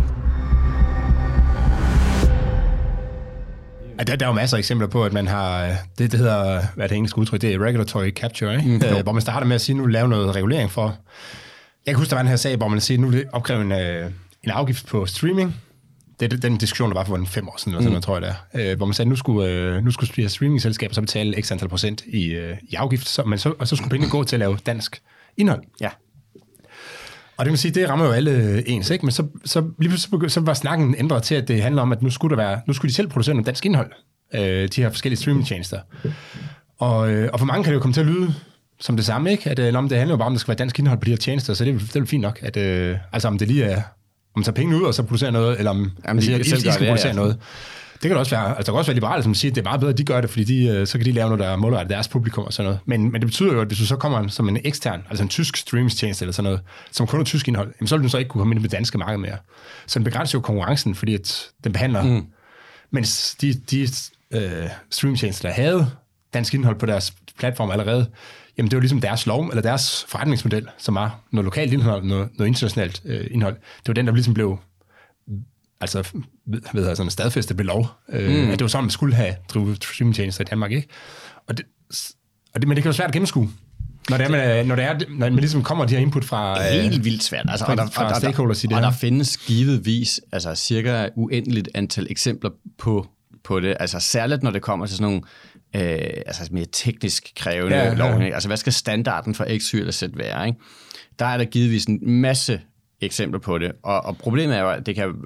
Ja, der, der er jo masser af eksempler på, at man har, det, det hedder, hvad er det engelske udtryk, det er regulatory capture, ikke? Mm, øh, hvor man starter med at sige, nu lave noget regulering for. Jeg kan huske, der var en her sag, hvor man siger, nu vil opkræve en, øh, en afgift på streaming. Det er den diskussion, der var for en fem år siden, eller sådan noget, tror jeg det er. Øh, hvor man sagde, nu skulle, øh, nu skulle de her streaming-selskaber så betale x antal procent i, øh, i afgift, så, men så, og så skulle pengene gå til at lave dansk indhold. Ja. Og det vil sige, det rammer jo alle ens, ikke? Men så, så lige pludselig så var snakken ændret til, at det handler om, at nu skulle, der være, nu skulle de selv producere noget dansk indhold, øh, de her forskellige streamingtjenester. Og, øh, og for mange kan det jo komme til at lyde som det samme, ikke? At øh, det handler jo bare om, at der skal være dansk indhold på de her tjenester, så det er, det er fint nok, at øh, altså om det lige er, om man tager pengene ud og så producerer noget, eller om Jamen, de, de, de, de skal det, producere ja. noget. Det kan det også være, altså der kan også være liberale, som siger, at det er meget bedre, at de gør det, fordi de, så kan de lave noget, der måler deres publikum og sådan noget. Men, men det betyder jo, at hvis du så kommer som en ekstern, altså en tysk streamingtjeneste eller sådan noget, som kun er tysk indhold, jamen, så vil du så ikke kunne komme ind i det danske marked mere. Så den begrænser jo konkurrencen, fordi at den behandler, mm. mens de, de øh, streamingtjenester, der havde dansk indhold på deres platform allerede, jamen det var ligesom deres lov, eller deres forretningsmodel, som var noget lokalt indhold, noget, noget internationalt øh, indhold. Det var den, der ligesom blev altså ved jeg, sådan stadfæstet ved lov, øh, mm. at det var sådan, man skulle have drivet streamingtjenester i Danmark, ikke? Og det, og det, men det kan jo svært at gennemskue, når det er, man, når det er, når man ligesom kommer de her input fra... Helt vildt svært. Altså, fra, og der, fra og stakeholders i det og her. der findes givetvis altså, cirka uendeligt antal eksempler på, på det, altså særligt når det kommer til sådan nogle øh, altså, mere teknisk krævende ja, ja, ja. lovgivning. Altså hvad skal standarden for X, Y eller Z være, ikke? Der er der givetvis en masse eksempler på det, og, og problemet er jo, at det kan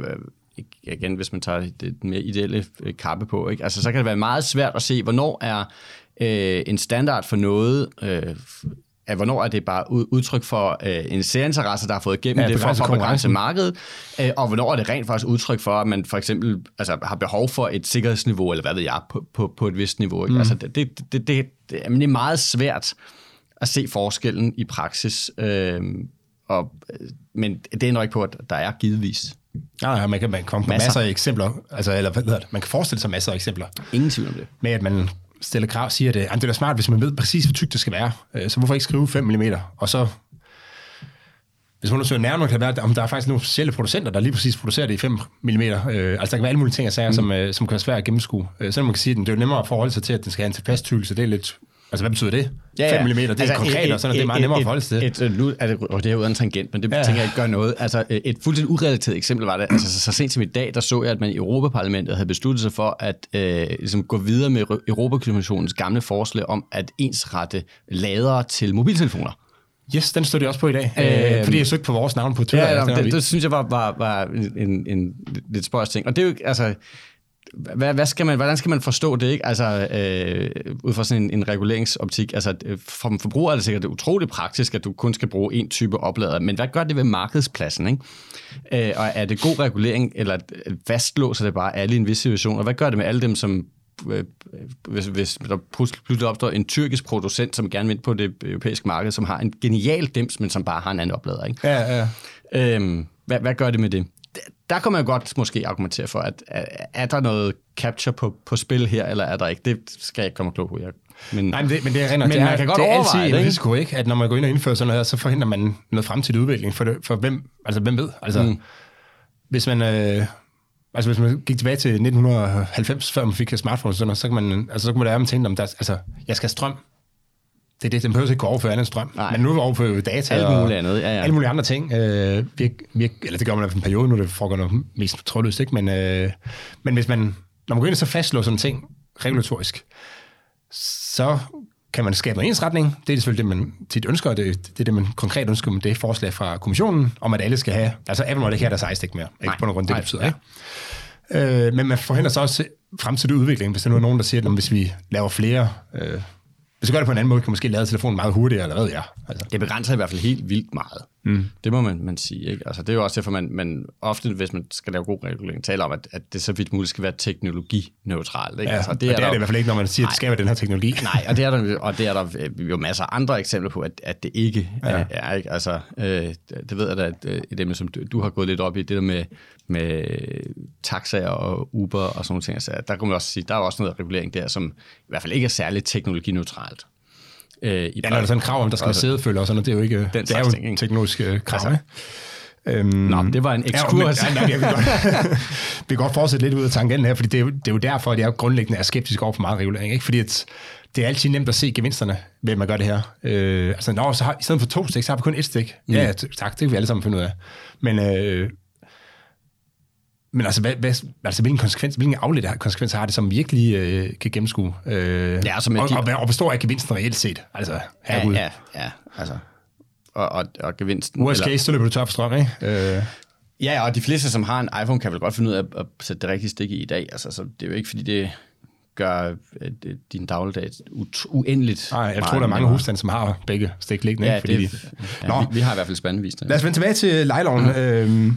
igen, hvis man tager det mere ideelle kappe på, ikke? Altså, så kan det være meget svært at se, hvornår er øh, en standard for noget, øh, at hvornår er det bare udtryk for øh, en særinteresse, der har fået igennem ja, det for at begrænse markedet, øh, og hvornår er det rent faktisk udtryk for, at man for eksempel altså, har behov for et sikkerhedsniveau, eller hvad ved jeg, på, på, på et vist niveau. Ikke? Mm. Altså, det, det, det, det, det er meget svært at se forskellen i praksis, øh, og, men det ændrer ikke på, at der er givetvis. Ja, ja man kan, man kan komme på masser. masser af eksempler, altså, eller hvad hedder det, man kan forestille sig masser af eksempler. Ingen tvivl om det. Med at man stiller krav og siger, at det, det er da smart, hvis man ved præcis, hvor tykt det skal være. Så hvorfor ikke skrive fem millimeter? Og så, hvis man nu søger nærmere, kan det være, om der er faktisk nogle specielle producenter, der lige præcis producerer det i fem millimeter. Øh, altså der kan være alle mulige ting og sager, mm. som, øh, som kan være svært at gennemskue. Øh, så man kan sige, at det er jo nemmere at forholde sig til, at den skal have en tilpas tykkelse. Det er lidt... Altså, hvad betyder det? Ja, ja. fem millimeter, det er altså, konkret, et, og sådan, et, det er meget et, nemmere at forholde sig til. Et, et, nu er det, og det er jo en tangent, men det ja. tænker jeg ikke gør noget. Altså, et fuldstændig urelateret eksempel var det. Altså, så, så sent som i dag, der så jeg, at man i Europaparlamentet havde besluttet sig for at øh, ligesom gå videre med Europakommissionens gamle forslag om at ensrette ladere til mobiltelefoner. Yes, den stod det også på i dag, øh, øh, fordi jeg søgte på vores navn på Twitter. Ja, ja det, det synes jeg var, var, var en, en, en lidt spøjs ting. Og det er jo, altså... Hvad, hvad skal man, hvordan skal man forstå det, ikke? Altså, øh, ud fra sådan en, en reguleringsoptik. Altså, for forbruger er det sikkert utroligt praktisk, at du kun skal bruge en type oplader. Men hvad gør det ved markedspladsen, ikke? Øh, og er det god regulering, eller fastlåser det bare alle i en vis situation? Og hvad gør det med alle dem, som... Øh, hvis, hvis der pludselig opstår en tyrkisk producent, som gerne vil ind på det europæiske marked, som har en genial dims, men som bare har en anden oplader, ikke? Ja, ja. Øh, hvad, hvad gør det med det? Der kan man jo godt måske argumentere for, at er der noget capture på, på spil her, eller er der ikke? Det skal jeg ikke komme klog på. Jeg, men, Nej, men det, men det er rent nok. Men det man er, kan godt det er overveje altid det, en risiko, ikke? At når man går ind og indfører sådan noget her, så forhindrer man noget fremtidig udvikling. For, det, for hvem, altså, hvem ved? Altså, mm. hvis man... Øh, Altså hvis man gik tilbage til nitten halvfems, før man fik smartphones, så, så kan man, altså så kan man da tænke, om der, altså, jeg skal have strøm. Det er det, den behøver ikke gå overføre andet strøm. Nej. Men nu overfører vi data alt og muligt andet, ja, ja. alle mulige andre ting. Øh, virk, virk, eller det gør man i en periode, nu det foregår noget mest trådløst, ikke? Men, øh, men hvis man, når man går ind og så fastslår sådan en ting regulatorisk, så kan man skabe noget ensretning. Det er selvfølgelig det, man tit ønsker, det, det er det, man konkret ønsker med det forslag fra kommissionen, om at alle skal have, altså Apple må ikke have deres ejestik mere, ikke på grund af det, det betyder, ikke? Øh, men man forhindrer så også fremtidig udvikling, hvis der nu er nogen, der siger, at hvis vi laver flere... Øh, hvis vi gør det på en anden måde, kan man måske lade telefonen meget hurtigere, eller hvad jeg. Altså. Det begrænser i hvert fald helt vildt meget. Mm. Det må man, man sige. Ikke? Altså, det er jo også derfor, man, man ofte, hvis man skal lave god regulering, taler om, at, at det så vidt muligt skal være teknologineutralt. Ikke? Ja, altså, det og er det er der, det i hvert fald ikke, når man siger, nej, at det skal være den her teknologi. Nej, og det er der, og det er der jo masser af andre eksempler på, at, at det ikke ja. er. er ikke? Altså, øh, det ved jeg da, at et emne, som du, du har gået lidt op i, det der med, med taxaer og Uber og sådan nogle ting. Altså, der kan man også sige, der er også noget regulering der, som i hvert fald ikke er særligt teknologineutralt. Øh, i ja, når der er sådan en krav om, der skal være sædefølger og sådan noget, det er jo ikke, den det er jo ting, teknologisk øh, krav. Altså, øhm, Nå, det var en ekskurs. Ja, vi, vi kan godt fortsætte lidt ud af tangenten her, fordi det er, jo, det er jo derfor, at jeg grundlæggende er skeptisk over for meget regulering. Ikke? Fordi at det er altid nemt at se gevinsterne ved, at man gør det her. Øh, altså, nå, så har, i stedet for to stik, så har vi kun et stik. Mm. Ja, tak, det kan vi alle sammen finde ud af. Men... Øh, Men altså, hvad, hvad, altså hvilken konsekvens, hvilken afledte konsekvenser har det, som virkelig øh, kan gennemskue? Øh, ja, altså og, de... og, og, og består af gevinsten reelt set? Altså, herregud. Ja, ja, ja, altså. Og, og, og gevinsten... Worst case, så løber du tør for strøm, ikke? Øh. Ja, og de fleste, som har en iPhone, kan vel godt finde ud af at sætte det rigtige stik i i dag. Altså, så det er jo ikke, fordi det gør din dagligdag uendeligt. Nej, jeg tror, der er mange husstande, som har begge stik liggende. Ja, fordi det, de... ja Nå. Vi, vi har i hvert fald spændende. Lad os vende tilbage til lejeloven. Mm. Øh,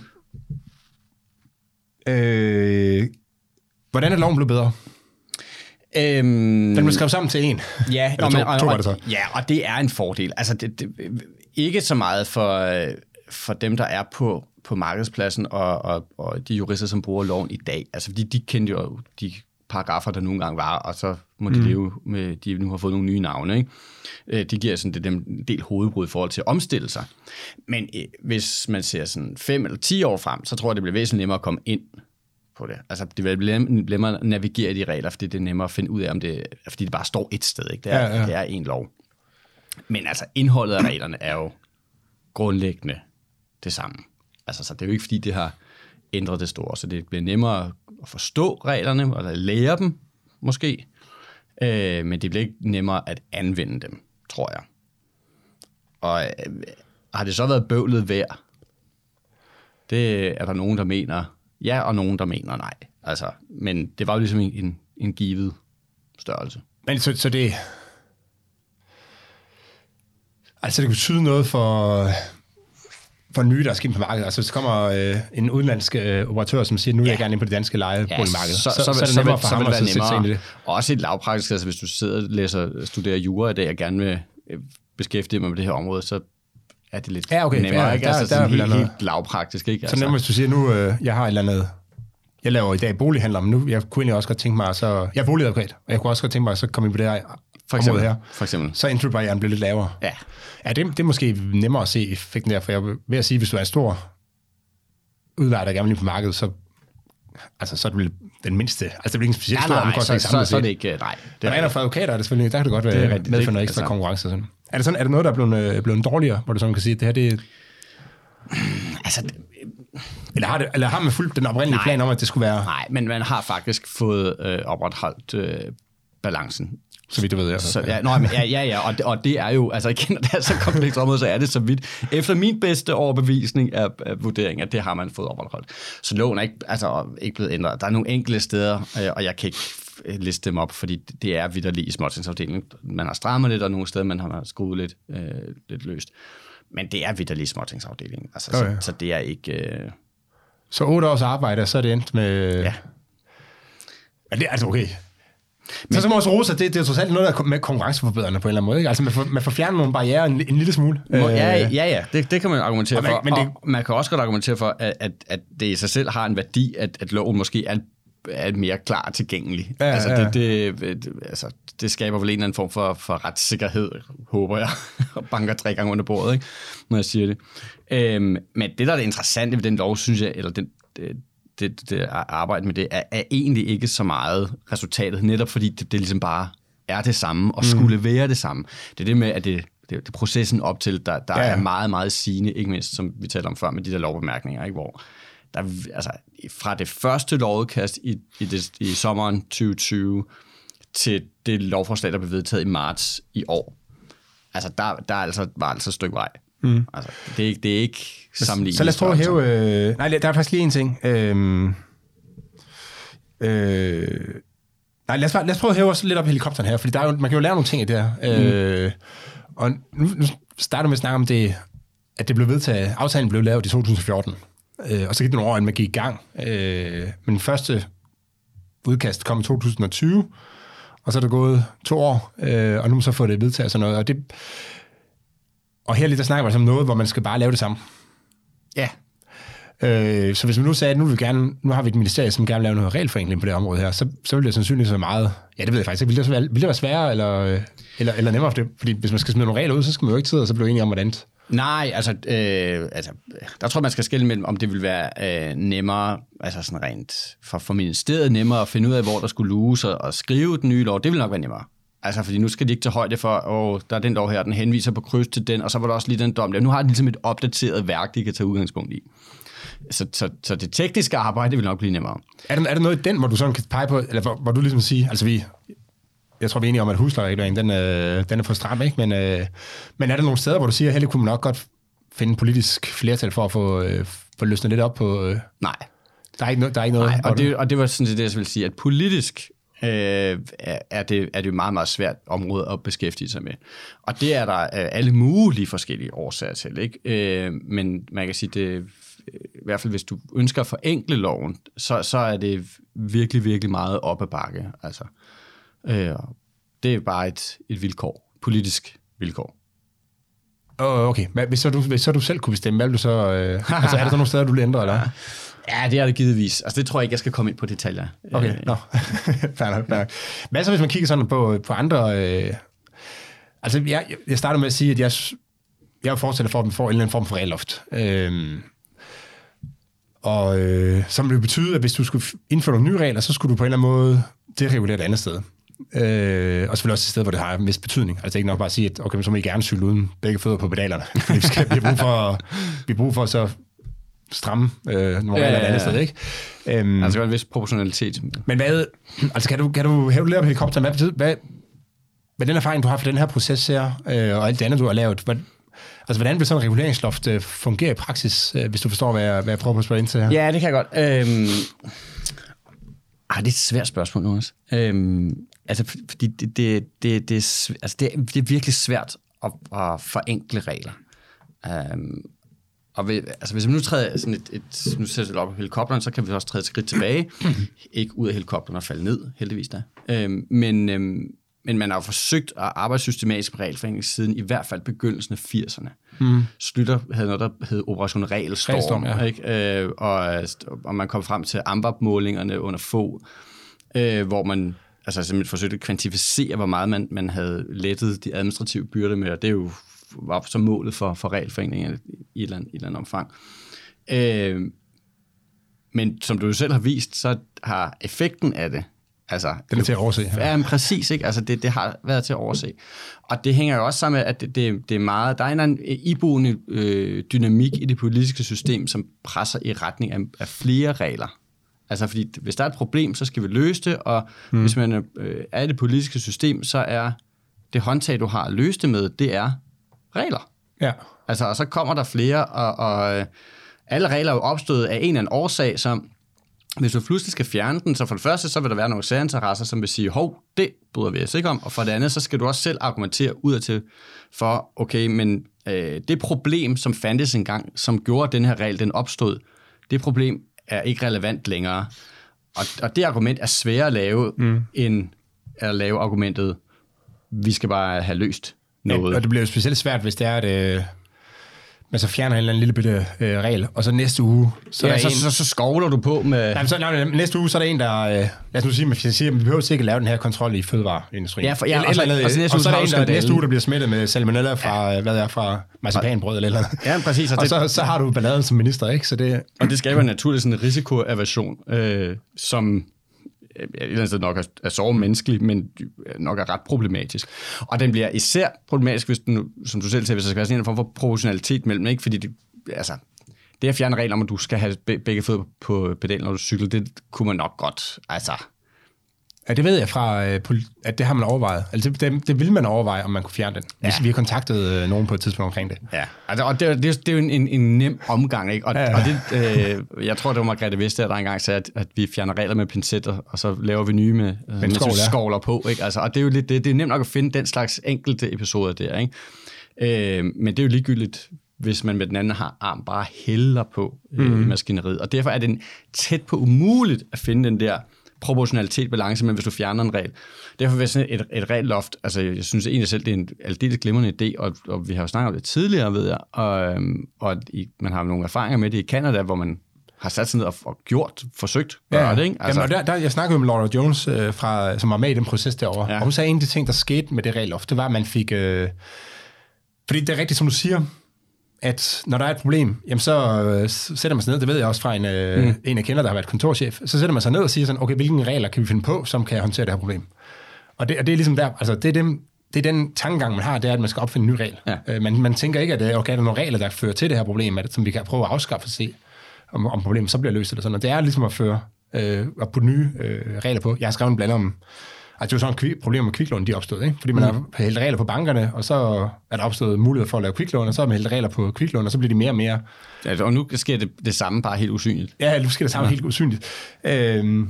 Øh, hvordan er loven blevet bedre? Øhm, Den blev skrevet sammen til en. Ja, Eller to, og, to var det så. Ja, og det er en fordel. Altså, det, det, ikke så meget for, for dem, der er på, på markedspladsen, og, og, og de jurister, som bruger loven i dag. Altså, fordi de kendte jo de paragrafer, der nogle gange var, og så må de mm. leve med, de nu har fået nogle nye navne, ikke? Det giver sådan det dem en del hovedbrud i forhold til at omstille sig. Men øh, hvis man ser sådan fem eller ti år frem, så tror jeg, det bliver væsentligt nemmere at komme ind på det. Altså, det bliver nemmere at navigere i de regler, fordi det er nemmere at finde ud af, om det, fordi det bare står et sted, ikke? Det er, ja, ja. Det er en lov. Men altså, indholdet af reglerne er jo grundlæggende det samme. Altså, så det er jo ikke, fordi det har ændret det store, så det bliver nemmere at forstå reglerne, eller lære dem, måske. Øh, men det bliver ikke nemmere at anvende dem, tror jeg. Og øh, har det så været bøvlet værd? Det er der nogen, der mener, ja, og nogen, der mener nej. Altså, men det var jo ligesom en, en, en givet størrelse. Men så, så det... Altså, det kunne betyde noget for... for nye, der er sket på markedet. Altså, hvis der kommer øh, en udenlandsk øh, operatør, som siger, nu vil jeg gerne ind på det danske lejeboligmarked, ja, så, så, så, så, så er det nemmere for ham at sætte sig ind i det. Også et lavpraktisk, altså hvis du sidder og læser, studerer jura i dag, og gerne vil øh, beskæftige mig med det her område, så er det lidt ja, okay, nemmere. Ja, ikke? Der, altså, der, sådan der helt, helt lavpraktisk. Ikke? Så altså. nemlig, hvis du siger, nu øh, jeg har et eller andet... Jeg laver i dag bolighandler, men nu jeg kunne egentlig også godt tænke mig, så jeg er boligadvokat, og jeg kunne også godt tænke mig, at så komme ind på det her for eksempel, område her. For eksempel. Så entry-barrieren bliver lidt lavere. Ja. Ja, det, det er måske nemmere at se effekten der, for jeg vil at sige, hvis du er en stor udlejer, der gerne vil på markedet, så, altså, så er det vel den mindste. Altså, det bliver ikke en specielt stor omkostning så, så, så er det ikke... Nej. Det er for advokater, er det selvfølgelig. Der kan det godt være med for noget ekstra altså. konkurrence. Sådan. Er det sådan, er det noget, der er blevet, blevet dårligere, hvor du sådan kan sige, at det her, det er... Altså... Det, eller, har det, eller har man fulgt den oprindelige nej, plan om, at det skulle være... Nej, men man har faktisk fået øh, opretholdt øh, balancen. Så vidt du ved, altså. Så, ja, nå, men, ja, ja, ja, og det, og det er jo, altså igen, det er så komplekst område, så er det så vidt. Efter min bedste overbevisning af, af vurdering, at det har man fået opretholdt. Så loven er ikke, altså, ikke blevet ændret. Der er nogle enkelte steder, øh, og jeg kan ikke liste dem op, fordi det er vitterligt i småtingsafdelingen. Man har strammet lidt, og nogle steder, man har skruet lidt, øh, lidt løst. Men det er vitterligt i småtingsafdelingen. Altså, okay. så, så det er ikke... Øh... Så otte års arbejde, så er det endt med... Ja. Men det er altså okay. Men, så, så må også rose, at det, det er trods alt noget, der er med konkurrenceforbedrende på en eller anden måde. Ikke? Altså man får, man får fjernet nogle barrierer en, en lille smule. Må, ja, ja, ja. Det, det kan man argumentere man, for. Men det, og man kan også godt argumentere for, at, at, at det i sig selv har en værdi, at, at loven måske er, er mere klar tilgængelig. Ja, altså, ja. Det, det, det, altså, det skaber vel en eller anden form for, for retssikkerhed, håber jeg, og banker tre gange under bordet, ikke? Når jeg siger det. Øhm, men det, der er det interessante ved den lov, synes jeg, eller den... Det, Det, det arbejde med det, er, er egentlig ikke så meget resultatet, netop fordi det, det ligesom bare er det samme, og skulle mm. være det samme. Det er det med, at det, det, det processen op til, der, der ja, ja. er meget, meget sigende, ikke mindst, som vi talte om før, med de der lovbemærkninger, ikke? Hvor der, altså, fra det første lovudkast i, i, det, i sommeren tyve tyve til det lovforslag, der blev vedtaget i marts i år, altså der, der altså, var altså et stykke vej. Mm. Altså, det, er ikke, det er ikke sammenlignet. Så lad os prøve at hæve... Øh, nej, der er faktisk lige en ting. Øh, øh, nej, lad os, lad os prøve at hæve os lidt op i helikopteren her, fordi der er jo, man kan jo lære nogle ting i det her. Mm. Øh, og nu, nu starter vi med at snakke om det, at det blev vedtaget, aftalen blev lavet i to tusind og fjorten. Øh, og så gik det nogle år, inden man gik i gang. Øh, men den første udkast kom i to tusind og tyve, og så er der gået to år, øh, og nu må man så få det vedtaget sådan noget. Og det... Og her lige der snakker man om noget, hvor man skal bare lave det samme. Ja. Øh, så hvis man nu sagde, at nu, vil gerne, nu har vi et ministerie, som gerne vil lave noget regelforenkling på det område her, så, så vil det sandsynligvis være meget... Ja, det ved jeg faktisk ikke. Vil det være, vil det være sværere eller, eller, eller nemmere for det? Fordi hvis man skal smide nogle regler ud, så skal man jo ikke sidde og så blive enige om, hvordan. Nej, altså, øh, altså, der tror jeg, man skal skelne mellem, om det vil være øh, nemmere, altså sådan rent for, for ministeriet nemmere at finde ud af, hvor der skulle luges og, og skrive den nye lov. Det vil nok være nemmere. Altså, fordi nu skal de ikke tage højde for, åh, der er den lov her, den henviser på kryds til den, og så var der også lige den dom der. Nu har de ligesom et opdateret værk, de kan tage udgangspunkt i. Så, så, så det tekniske arbejde vil nok blive nemmere. Er der, er der noget i den, hvor du sådan kan pege på, eller hvor, hvor du ligesom siger, altså vi, jeg tror vi er enige om, at huslejereguleringen, den, øh, den er for stram, ikke? Men, øh, men er der nogle steder, hvor du siger, at her kunne man nok godt finde politisk flertal for at få, øh, få løsnet lidt op på... Øh, Nej. Der er ikke, no, der er ikke noget... Nej, og det, og det var sådan set det, jeg ville sige, at politisk øh, er, det, er det et meget, meget svært område at beskæftige sig med. Og det er der øh, alle mulige forskellige årsager til, ikke? Øh, men man kan sige, det i hvert fald hvis du ønsker at forenkle loven, så, så er det virkelig, virkelig meget op ad bakke. Altså, øh, det er bare et, et vilkår, politisk vilkår. Oh, okay, men hvis så, du, hvis så du selv kunne bestemme, hvad vil du så... Øh, altså, er der så nogle steder, du vil ændre, eller? Ja, det er det givetvis. Altså, det tror jeg ikke, jeg skal komme ind på detaljer. Okay, øh, nå. fair nok, fair nok. Men så hvis man kigger sådan på, på andre... Øh, altså, jeg, jeg starter med at sige, at jeg, jeg fortsætter for, at man får en eller anden form for regelloft. Øh, og øh, som vil betyde, at hvis du skulle indføre nogle nye regler, så skulle du på en eller anden måde deregulere et andet sted. Øh, og selvfølgelig også et sted, hvor det har en vis betydning. Altså ikke nok bare at sige, at okay, så må I gerne cykle uden begge fødder på pedalerne. vi skal vi bruge for, vi bruger for så stramme øh, nogle regler ja, ja, ja. et andet sted, ikke? Um, altså en vis proportionalitet. Men hvad, altså kan du, kan du hæve lidt op helikopteren? Hvad betyder, hvad, hvad den erfaring, du har for den her proces her, øh, og alt det andet, du har lavet, hvad, Altså, hvordan vil sådan en reguleringsloft øh, fungere i praksis, øh, hvis du forstår, hvad jeg, hvad jeg prøver på at spørge ind til her? Ja, det kan jeg godt. Øhm... Ah, det er et svært spørgsmål nu også. Øhm, altså, fordi det, det, det, det, er, altså det, er, det er virkelig svært at, at forenkle regler. Øhm, og ved, altså, hvis vi nu træder sådan et, et nu sætter vi op på helikopteren, så kan vi også træde et skridt tilbage. Ikke ud af helikopteren og falde ned, heldigvis da. Øhm, men, øhm, men man har jo forsøgt at arbejde systematisk på regelforenkling siden i hvert fald begyndelsen af firserne. Mm. Slytter havde noget, der hed Operation Regelstorm, Regelstorm, ja. ikke? Øh, og, og man kom frem til AMVAB-målingerne under få, øh, hvor man altså simpelthen forsøgte at kvantificere, hvor meget man, man havde lettet de administrative byrder med, og det er jo var så målet for, for regelforenkling i et eller andet, i et eller andet omfang. Øh, men som du jo selv har vist, så har effekten af det, altså, den er til at overse. Ja, ja men præcis, ikke? Altså, det, det har været til at overse. Og det hænger jo også sammen med, at det, det, det er meget, der er en iboende øh, dynamik i det politiske system, som presser i retning af, af flere regler. Altså, fordi hvis der er et problem, så skal vi løse det, og hmm. hvis man øh, er i det politiske system, så er det håndtag, du har at løse det med, det er regler. Ja. Altså, og så kommer der flere, og, og øh, alle regler er jo opstået af en eller anden årsag, som hvis du pludselig skal fjerne den, så for det første, så vil der være nogle særinteresser, som vil sige, hov, det bryder vi os ikke om, og for det andet, så skal du også selv argumentere udadtil for, okay, men øh, det problem, som fandtes engang, som gjorde, at den her regel, den opstod, det problem er ikke relevant længere. Og, og det argument er sværere at lave, mm. end at lave argumentet, vi skal bare have løst noget. Ja, og det bliver jo specielt svært, hvis det er, at øh, man så fjerner en eller anden lille bitte øh, regel, og så næste uge, så ja, er så, en... så, så skovler du på med... Nej, så, nej, næste uge, så er der en, der... Øh, lad os nu sige, man siger, at vi behøver ikke at lave den her kontrol i fødevareindustrien. Ja, for, ja, eller, og, så, eller, og, så næste og så er der uge, en, der næste uge, der bliver smittet med salmonella fra, ja. hvad er, fra marcipanbrød eller eller andet. Ja, præcis. Og, og det, så, så har du balladen som minister, ikke? Så det... Og det skaber naturligt sådan en risikoaversion, øh, som... et eller andet sted nok er, er så menneskelig, men nok er ret problematisk. Og den bliver især problematisk, hvis den, som du selv siger, hvis der skal være sådan en form for proportionalitet mellem, ikke? Fordi det, altså, det at fjerne regler om, at du skal have begge fødder på pedalen, når du cykler, det kunne man nok godt, altså... Ja, det ved jeg fra, at det har man overvejet. Altså, det, det ville man overveje, om man kunne fjerne den. Ja. Hvis vi har kontaktet nogen på et tidspunkt omkring det. Ja, altså, og det, det, det er jo en, en nem omgang, ikke? Og, ja. og det, øh, jeg tror, det var Margrethe Vestager, der engang sagde, at, at vi fjerner regler med pincetter, og så laver vi nye med, øh, med skovler, ja. skovler på, ikke? Altså, og det er jo lidt, det, det er nemt nok at finde den slags enkelte episoder der, ikke? Øh, men det er jo ligegyldigt, hvis man med den anden har arm bare hælder på øh, mm. maskineriet. Og derfor er det tæt på umuligt at finde den der proportionalitet, balance, men hvis du fjerner en regel. Derfor vil sådan et, et regelloft, altså jeg synes egentlig selv, det er en aldeles glimrende idé, og, og vi har jo snakket om det tidligere, ved jeg, og, og i, man har nogle erfaringer med det i Canada, hvor man har sat sig ned og, og gjort, forsøgt at gøre ja. det, ikke? Altså, Jamen, der, der, jeg snakkede med Laura Jones, øh, fra, som var med i den proces derovre, ja. og hun sagde, en af de ting, der skete med det regelloft, det var, at man fik... Øh, fordi det er rigtigt, som du siger, at når der er et problem, jamen så øh, sætter man sig ned, det ved jeg også fra en, øh, mm. en jeg kender, der har været kontorchef, så sætter man sig ned og siger sådan, okay, hvilke regler kan vi finde på, som kan håndtere det her problem? Og det, og det er ligesom der, altså det er, dem, det er den tankegang, man har, det er, at man skal opfinde en ny regel. Ja. Øh, man, man tænker ikke, at okay, er der nogle regler, der fører til det her problem, at, som vi kan prøve at afskaffe og se, om, om problemet så bliver løst eller sådan. Og det er ligesom at føre øh, at putte nye øh, regler på. Jeg har skrevet en bland om, at det var sådan et problem med kviklån, de opstod, ikke? Fordi man mm. har hældt regler på bankerne, og så er der opstået mulighed for at lave kviklån, og så har man hældt regler på kviklån, og så bliver de mere og mere... Ja, og nu sker det, det samme bare helt usynligt. Ja, nu sker det samme ja. helt usynligt. Øhm,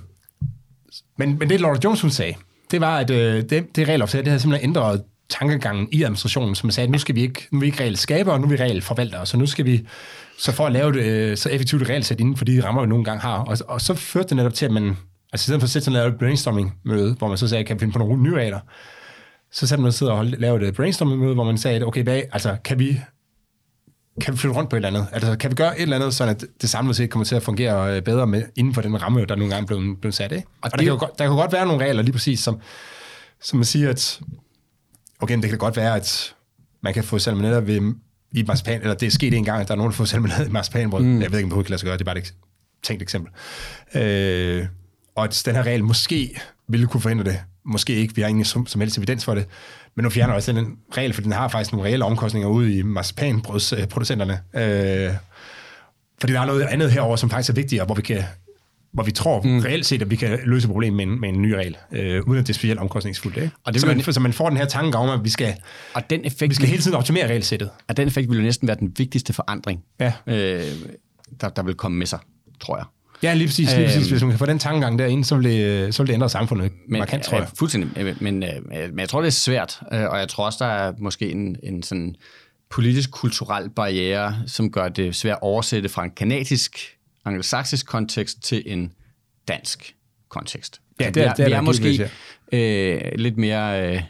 men, men det, Laura Jones, hun sagde, det var, at øh, det, det regelopsæt, det havde simpelthen ændret tankegangen i administrationen, som sagde, at nu skal vi ikke, nu er vi ikke regelskabere, nu er vi regelforvaltere, så nu skal vi, så for at lave det så effektivt et regelsæt inden for de rammer, vi nogle gange har. Og, og så førte det netop til, at man, altså i stedet for at sætte sådan et brainstorming-møde, hvor man så sagde, kan vi finde på nogle nye regler, så satte man sidder og lavede et brainstorming-møde, hvor man sagde, okay, hvad, altså kan vi, kan vi flytte rundt på et eller andet? Altså kan vi gøre et eller andet, sådan at det samlet set kommer til at fungere bedre med, inden for den ramme, der nogle gange blev, blev sat, ikke? Og, og der, kan jo, der kan jo godt være nogle regler lige præcis, som, som man siger, at okay, det kan godt være, at man kan få salmonella ved, i marcipan, eller det er sket en gang, at der er nogen, der får salmonella i marcipanbrød. Mm. Jeg ved ikke, om det kan lade sig gøre, det er bare et tænkt eksempel. Øh, og at den her regel måske ville kunne forhindre det. Måske ikke, vi har ingen som, som helst evidens for det. Men nu fjerner også den regel, for den har faktisk nogle reelle omkostninger ude i marcipanbrødsproducenterne. Øh, fordi der er noget andet herover, som faktisk er vigtigere, hvor vi kan hvor vi tror mm. reelt set, at vi kan løse problemet med en, med en ny regel, øh, uden at det er specielt omkostningsfuldt. Ikke? Og det så, man, man, så man får den her tanke om, at vi skal, og den effekt, vi skal hele tiden optimere regelsættet. Og den effekt vil jo næsten være den vigtigste forandring, ja. øh, der, der vil komme med sig, tror jeg. Ja, lige præcis. Lige præcis. Hvis man kan få den tankegang derinde, så vil det, så vil det ændre samfundet men, markant, tror jeg. Fuldstændig. Men, men, men jeg tror, det er svært, og jeg tror også, der er måske en, en sådan politisk-kulturel barriere, som gør det svært at oversætte fra en kanadisk, angelsaksisk kontekst til en dansk kontekst. Ja, det er, altså, vi er, det er, vi er måske øh, lidt mere øh,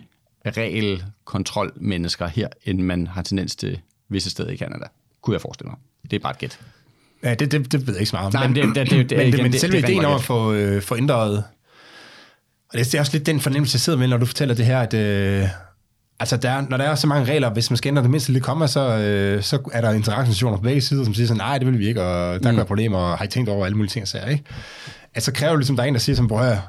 regelkontrolmennesker her, end man har tendens til visse steder i Canada. Kunne jeg forestille mig. Det er bare et gæt. Ja, det, det, det ved jeg ikke så meget om. Nej, men, det, det, det, det, men, igen, men det, selve det, det ideen om at få, øh, få ændret, og det er også lidt den fornemmelse, jeg sidder med, når du fortæller det her, at øh, altså der, når der er så mange regler, hvis man skal ændre det mindste lille komma, så, øh, så er der interaktioner på begge sider, som siger sådan, nej, det vil vi ikke, og der kan mm. være problemer, og har I tænkt over alle mulige ting, og sager, ikke? Altså kræver det ligesom, der er en, der siger sådan, prøv at høre,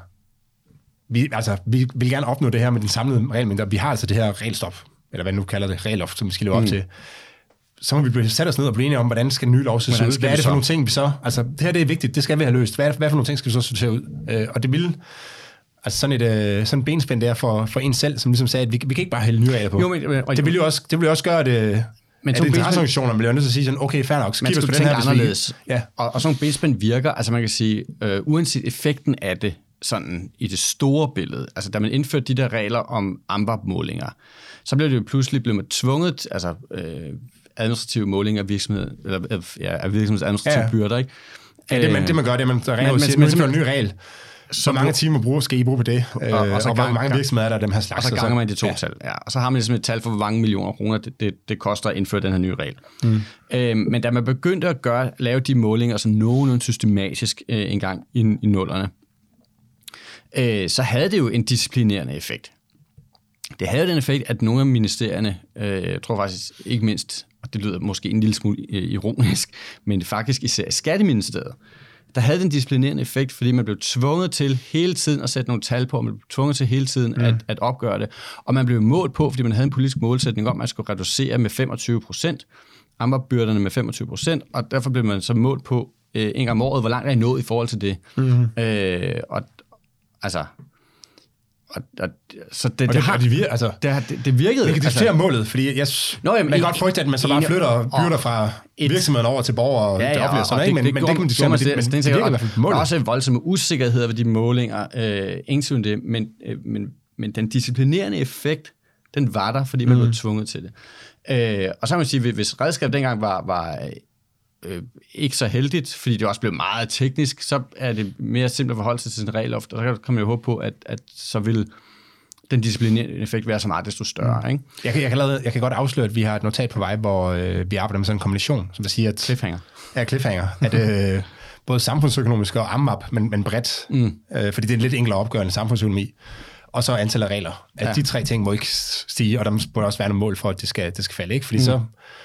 vi, altså, vi vil gerne opnå det her med den samlede regelmængde, og vi har altså det her regelstop, eller hvad nu kalder det, regelloft, som vi skal leve op mm. til. Så må vi blive sat os ned og blive enige om, hvordan skal den nye lov se ud? Hvad er det for nogle ting, vi så... Altså, det her det er vigtigt, det skal vi have løst. Hvad er, hvad for nogle ting skal vi så sortere ud? Øh, og det vil... Altså sådan et øh, sådan benspænd der for, for en selv, som ligesom sagde, at vi, vi kan ikke bare hælde nye regler på. Jo, men, og det vil jo også, det vil jo også gøre, at, at interesseorganisationer bliver nødt til at sige sådan, okay, fair nok, man skal tænke anderledes. Ja. Og, og sådan nogle benspænd virker, altså man kan sige, øh, uanset effekten af det, sådan i det store billede, altså da man indførte de der regler om A M B A P-målinger, så blev det jo pludselig blevet man tvunget, altså øh, administrative målinger af virksomhed, eller ja, af virksomheds administrative ja. byrder, ikke? Ja, det, man, det man gør, det er, man der regler og siger, nu indfører en ny regel. Så mange timer bruger, skal I bruge på det? Og, og, og, så og hvor mange virksomheder er der dem her slags? Og så ganger man de to ja. tal. Ja. Og så har man ligesom et tal for, hvor mange millioner kroner det, det, det koster at indføre den her nye regel. Mm. Øhm, men da man begyndte at gøre, lave de målinger sådan nogenlunde systematisk øh, en gang i, i nullerne, øh, så havde det jo en disciplinerende effekt. Det havde den effekt, at nogle af ministerierne, øh, jeg tror faktisk ikke mindst, og det lyder måske en lille smule ironisk, men faktisk især Skatteministeriet, der havde den disciplinerende effekt, fordi man blev tvunget til hele tiden at sætte nogle tal på, og man blev tvunget til hele tiden mm. at, at opgøre det. Og man blev målt på, fordi man havde en politisk målsætning om, at man skulle reducere med femogtyve procent, A M B A-byrderne med femogtyve procent, og derfor blev man så målt på øh, en gang om året, hvor langt er I nået i forhold til det. Mm. Øh, og altså... Og, og, så det, og det, det, har, det, vir, altså, det, det, det virkede. Vi kan diskutere altså, målet, fordi jeg, Nå, jamen, man kan godt frygte, at man så bare flytter byrder fra et, virksomheden over til borgere og ja, ja, det offentlige, sådan, og det, men, det, men det kan man diskutere, men, det, men det, det, det virker i hvert fald målet. Der er også voldsomme usikkerheder ved de målinger, øh, ingen det, men, øh, men, men den disciplinerende effekt, den var der, fordi man mm. blev tvunget til det. Øh, og så kan man sige, hvis redskabet dengang var... var Øh, ikke så heldigt, fordi det også blev meget teknisk, så er det mere simpelt at forholde sig til sin regelloft, og så kan man jo håbe på, at, at så vil den disciplinerende effekt være så meget desto større. Mm. Ikke? Jeg, kan, jeg, kan lade, jeg kan godt afsløre, at vi har et notat på vej, hvor øh, vi arbejder med sådan en kombination, som der siger, at... Cliffhanger. Ja, cliffhanger. At øh, både samfundsøkonomisk og A M A P, men, men bredt, mm. øh, fordi det er en lidt enklere opgør end samfundsøkonomi, og så antal af regler. At ja. de tre ting må ikke stige, og der må også være nogle mål for, at det skal, det skal falde, ikke? Fordi mm. så...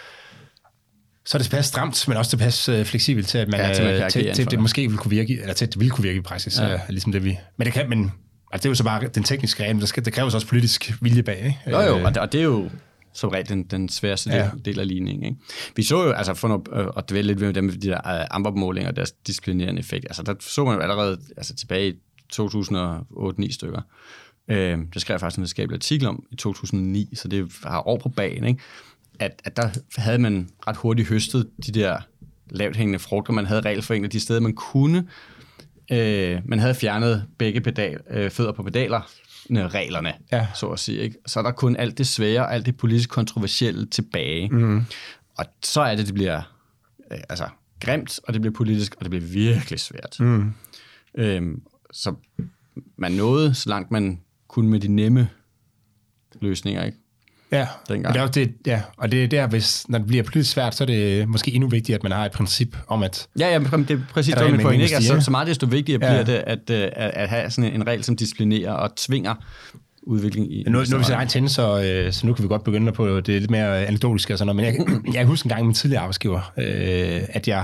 Så er det tilpas stramt, men også tilpas øh, fleksibelt til, at man, ja, til, man til, til, til det måske vil kunne virke, eller til at det vil kunne virke i praksis, ja. øh, ligesom det vi. Men det kan, men altså, det er jo så bare den tekniske regel, men der, det kræver også politisk vilje bag, ikke? Jo jo, og det, og det er jo som regel den, den sværeste ja. del, del af ligningen, ikke? Vi så jo, altså for noget, og dvæle lidt ved dem med de der A M B A-målinger og deres disciplinerende effekt, altså der så man jo allerede altså, tilbage i to tusind og otte ni stykker. Øh, det skrev jeg faktisk en videnskabelig artikel om i to tusind og ni, så det har år på bagen, ikke? At, at der havde man ret hurtigt høstet de der lavt hængende frugter. Man havde regelforenklet de steder, man kunne. Øh, man havde fjernet begge pedal, øh, fødder på pedalerne, reglerne, ja. så at sige. Ikke? Så er der kun alt det svære, alt det politisk kontroversielle tilbage. Mm. Og så er det, det bliver øh, altså, grimt, og det bliver politisk, og det bliver virkelig svært. Mm. Øh, så man nåede, så langt man kunne med de nemme løsninger, ikke? Ja, og det, er det, ja, og det er der, hvis, når det bliver politisk svært, så er det måske endnu vigtigere, at man har et princip om, at... Ja, ja, det er præcis det, min pointe, ikke? Altså, så meget desto vigtigere ja. bliver det, at, at, at have sådan en regel, som disciplinerer og tvinger udvikling i... Nu, nu er vi så egen tænde, så, så nu kan vi godt begynde på det lidt mere anekdotisk og sådan noget, men jeg, jeg kan huske en gang med min tidligere arbejdsgiver, øh, at jeg...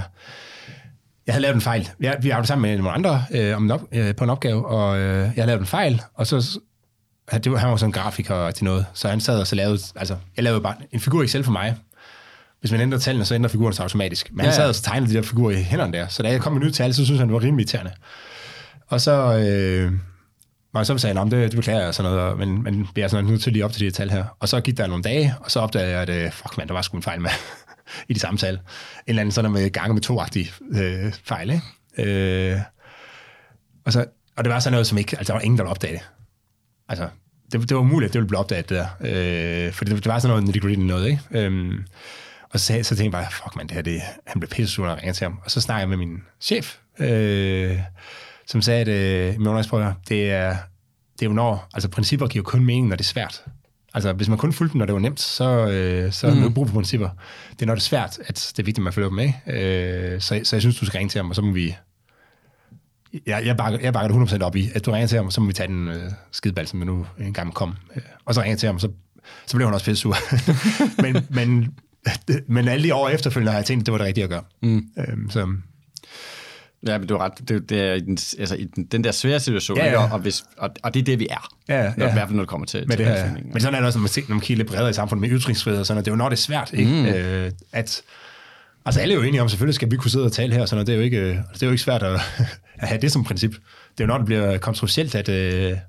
Jeg havde lavet en fejl. Jeg, vi arbejdede sammen med nogle andre øh, om en op, øh, på en opgave, og øh, jeg havde lavet en fejl, og så... Det var, han var sådan en grafiker til noget, så han sad og så lavede, altså, jeg lavede bare en figur i Excel for mig, hvis man ændrer tallene, så ændrer figuren sig automatisk. Men Ja, han sad ja. og tegnede de der figurer i hænderne der. Så da jeg kom med nyt tal, så synes han, det var rimelig irriterende. Og så, øh, og så sagde han, det, det beklager jeg sådan noget, men, men jeg er sådan nødt til lige op til de her tal her. Og så gik der nogle dage, og så opdagede jeg, at øh, fuck man, der var sgu en fejl med i de samme tal. En eller anden sådan med gange med to-agtige øh, fejl, ikke? Øh, og, så, og det var sådan noget, som ikke, altså der var ingen, der ville opdage det. Altså, det, det var umuligt, at det ville blive opdaget, det der. Øh, for det, det var sådan noget nitty-gritty noget, ikke? Øh, og så, så tænkte jeg bare, fuck man, det her, det, han blev pisse sur, når jeg ringede til ham. Og så snakkede jeg med min chef, øh, som sagde, at øh, med det er, det er jo når, altså principper giver kun mening, når det er svært. Altså, hvis man kun fulgte dem, når det var nemt, så, øh, så mm. er man brug for principper. Det er når det er svært, at det er vigtigt, at man følger dem af. Øh, så, så jeg synes, du skal ringe til ham, og så må vi... Jeg, jeg, bakker, jeg bakker det hundrede procent op i, at du ringer til ham, og så må vi tage den øh, skideball, som nu engang kom. Øh, og så ringer jeg til ham, og så, så blev han også pisse sur. men, men, men alle de år efterfølgende har jeg tænkt, at det var det rigtige at gøre. Mm. Øh, så... Ja, men du har ret. Det, det er i den, altså, i den, den der svære situation, ja, ja. Ikke? Og, hvis, og, og det er det, vi er. Ja, ja. Når, i hvert fald, når det kommer til, men til det her, men sådan er det også, når man, når man kigger lidt bredere i samfundet med ytringsfrihed og sådan noget. Det er jo når det er svært, ikke? Mm. Øh, at, altså alle er jo enige om, selvfølgelig skal vi kunne sidde og tale her og sådan noget. Det er jo ikke, det er jo ikke svært at, at have det som princip. Det er jo når det bliver kontroversielt, at... Øh,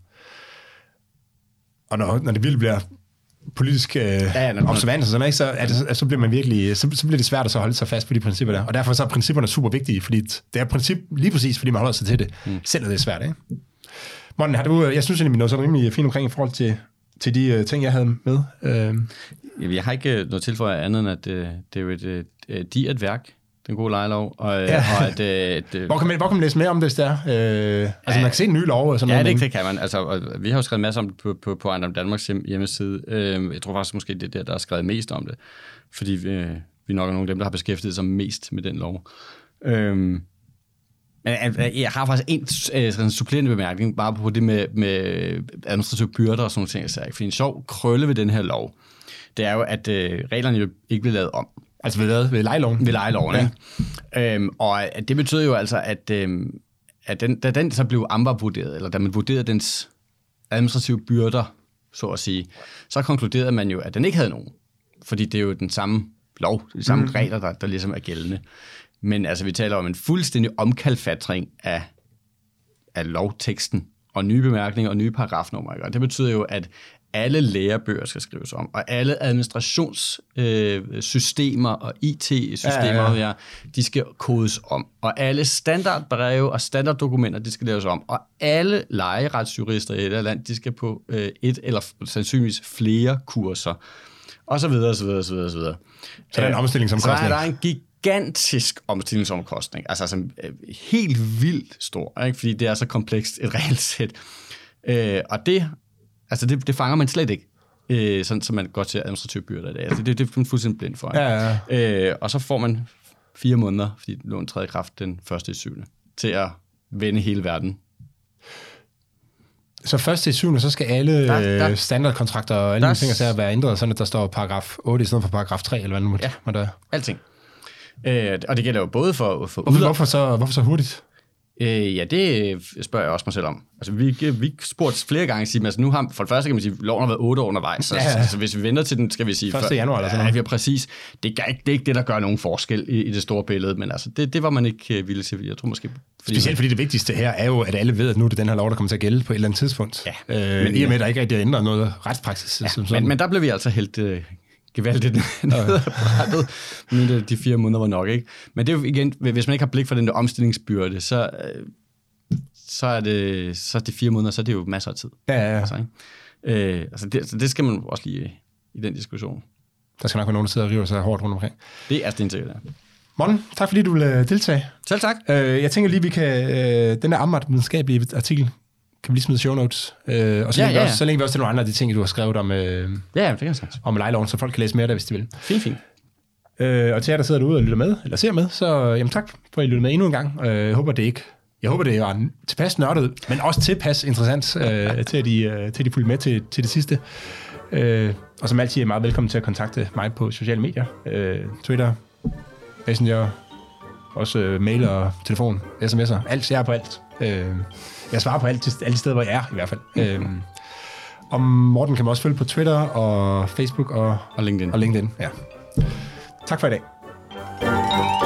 og når, når det virkelig bliver politisk øh, ja, ja, observans og sådan noget, så, at, at, så bliver man virkelig, så, så bliver det svært at så holde sig fast på de principper der. Og derfor så er principperne super vigtige, fordi det er et princip lige præcis, fordi man holder sig til det. Mm. Selv er det svært, ikke? Morten, har du, jeg synes, at vi nåede sådan rimelig fint omkring i forhold til, til de uh, ting, jeg havde med. Uh. Jeg har ikke noget tilføje andet end, at uh, det er jo et uh, diert værk, den gode lejelov. Og, ja. og at, uh, hvor, kan man, hvor kan man læse mere om det, hvis det er? Uh, altså, ja, man kan se en ny lov og sådan ja, noget. Ja, det, det kan man. Altså, og vi har jo skrevet masser om det på, på, på Ejendom Danmarks hjemmeside. Uh, jeg tror faktisk måske, det er der, der er skrevet mest om det. Fordi vi, vi nok er nogle af dem, der har beskæftiget sig mest med den lov. Uh, Men jeg har faktisk en, en supplerende bemærkning bare på det med, med administrative byrder og sådan nogle ting. Fordi en sjov krølle ved den her lov, det er jo, at øh, reglerne jo ikke bliver lavet om. Altså ved, ved lejeloven? Ved lejeloven, ja. Ikke? Øhm, og det betyder jo altså, at, øhm, at den, da den så blev AMVAB-vurderet, eller da man vurderede dens administrative byrder, så at sige, så konkluderede man jo, at den ikke havde nogen. Fordi det er jo den samme lov, de samme mm. regler, der, der ligesom er gældende. Men altså, vi taler om en fuldstændig omkalfatring af, af lovteksten, og nye bemærkninger og nye paragrafnummer. Og det betyder jo, at alle lærebøger skal skrives om, og alle administrationssystemer øh, og I T-systemer, ja, ja. Ja, de skal kodes om. Og alle standardbreve og standarddokumenter, de skal laves om. Og alle lejeretsjurister i et land, de skal på øh, et eller sandsynligvis flere kurser. Og så videre, så videre, så videre, så videre. Så der er en omstillingsomkostning. Så er der en gigantisk omstillingsomkostning. Altså, altså helt vildt stor, ikke? Fordi det er så komplekst et regelsæt. Øh, og det, altså det, det fanger man slet ikke, øh, sådan som man går til administrative byrder i dag. Altså, det, det er man fuldstændig blind for. Ja, ja. Øh, og så får man fire måneder, fordi loven træder i kraft den første i syvende, til at vende hele verden. Så først til syvende, så skal alle der, der, standardkontrakter og alle de ting, der være ændret, sådan at der står paragraf otte i stedet for paragraf tre, eller hvad nu ja, må der. Alting. Øh, og det gælder jo både for, for hvorfor, hvorfor, så, hvorfor så hurtigt? Øh, ja, det spørger jeg også mig selv om. Altså, vi, vi spurgte flere gange at sige, altså nu har, for det første kan man sige, at loven har været otte år undervejs, så, ja, ja. så, så hvis vi venter til den, skal vi sige... første januar eller sådan noget. Ja, præcis. Det er, ikke, det er ikke det, der gør nogen forskel i, i det store billede, men altså, det, det var man ikke uh, villig til. Jeg tror måske... Fordi Specielt fordi det vigtigste her er jo, at alle ved, at nu er det den her lov, der kommer til at gælde på et eller andet tidspunkt. Ja, øh, men i og med, at der ikke rigtig er ændret noget retspraksis. Ja, som men, men der blev vi altså helt... Uh, gevaldigt ned ad brættet, men de fire måneder var nok, ikke? Men det er jo igen, hvis man ikke har blik for den der omstillingsbyrde, så, øh, så, er det, så er det fire måneder, så er det jo masser af tid. Ja, ja, ja. Altså, ikke? Øh, altså det, så det skal man også lige i den diskussion. Der skal nok være nogen, der sidder og river sig hårdt rundt omkring. Det er stensikkert, ja. Morten, tak fordi du ville deltage. Selv tak. Øh, jeg tænker lige, vi kan, øh, den der AMVAB-videnskabelige artikel, kan vi lige smide show notes. Øh, og så, ja, ja, ja. Også, så længe vi også til nogle andre af de ting, du har skrevet om, øh, ja, det kan jeg om lejeloven, så folk kan læse mere der, hvis de vil. Fint, fint. Øh, og til jer, der sidder derude og lytter med, eller ser med, så jamen, tak for at I lytter med endnu en gang. Øh, jeg håber, det ikke Jeg håber, det var tilpas nørdet, men også tilpas interessant øh, til, at de, øh, til at de fulgte med til, til det sidste. Øh, og som altid er I meget velkommen til at kontakte mig på sociale medier. Øh, Twitter, Messenger, også øh, mail og telefon, sms'er. Alt, jeg er på alt. Øh, jeg svarer på alt, alle de steder, hvor jeg er i hvert fald. Mm. Øh, og Morten kan man også følge på Twitter og Facebook og, og LinkedIn. Og LinkedIn, ja. Tak for i dag.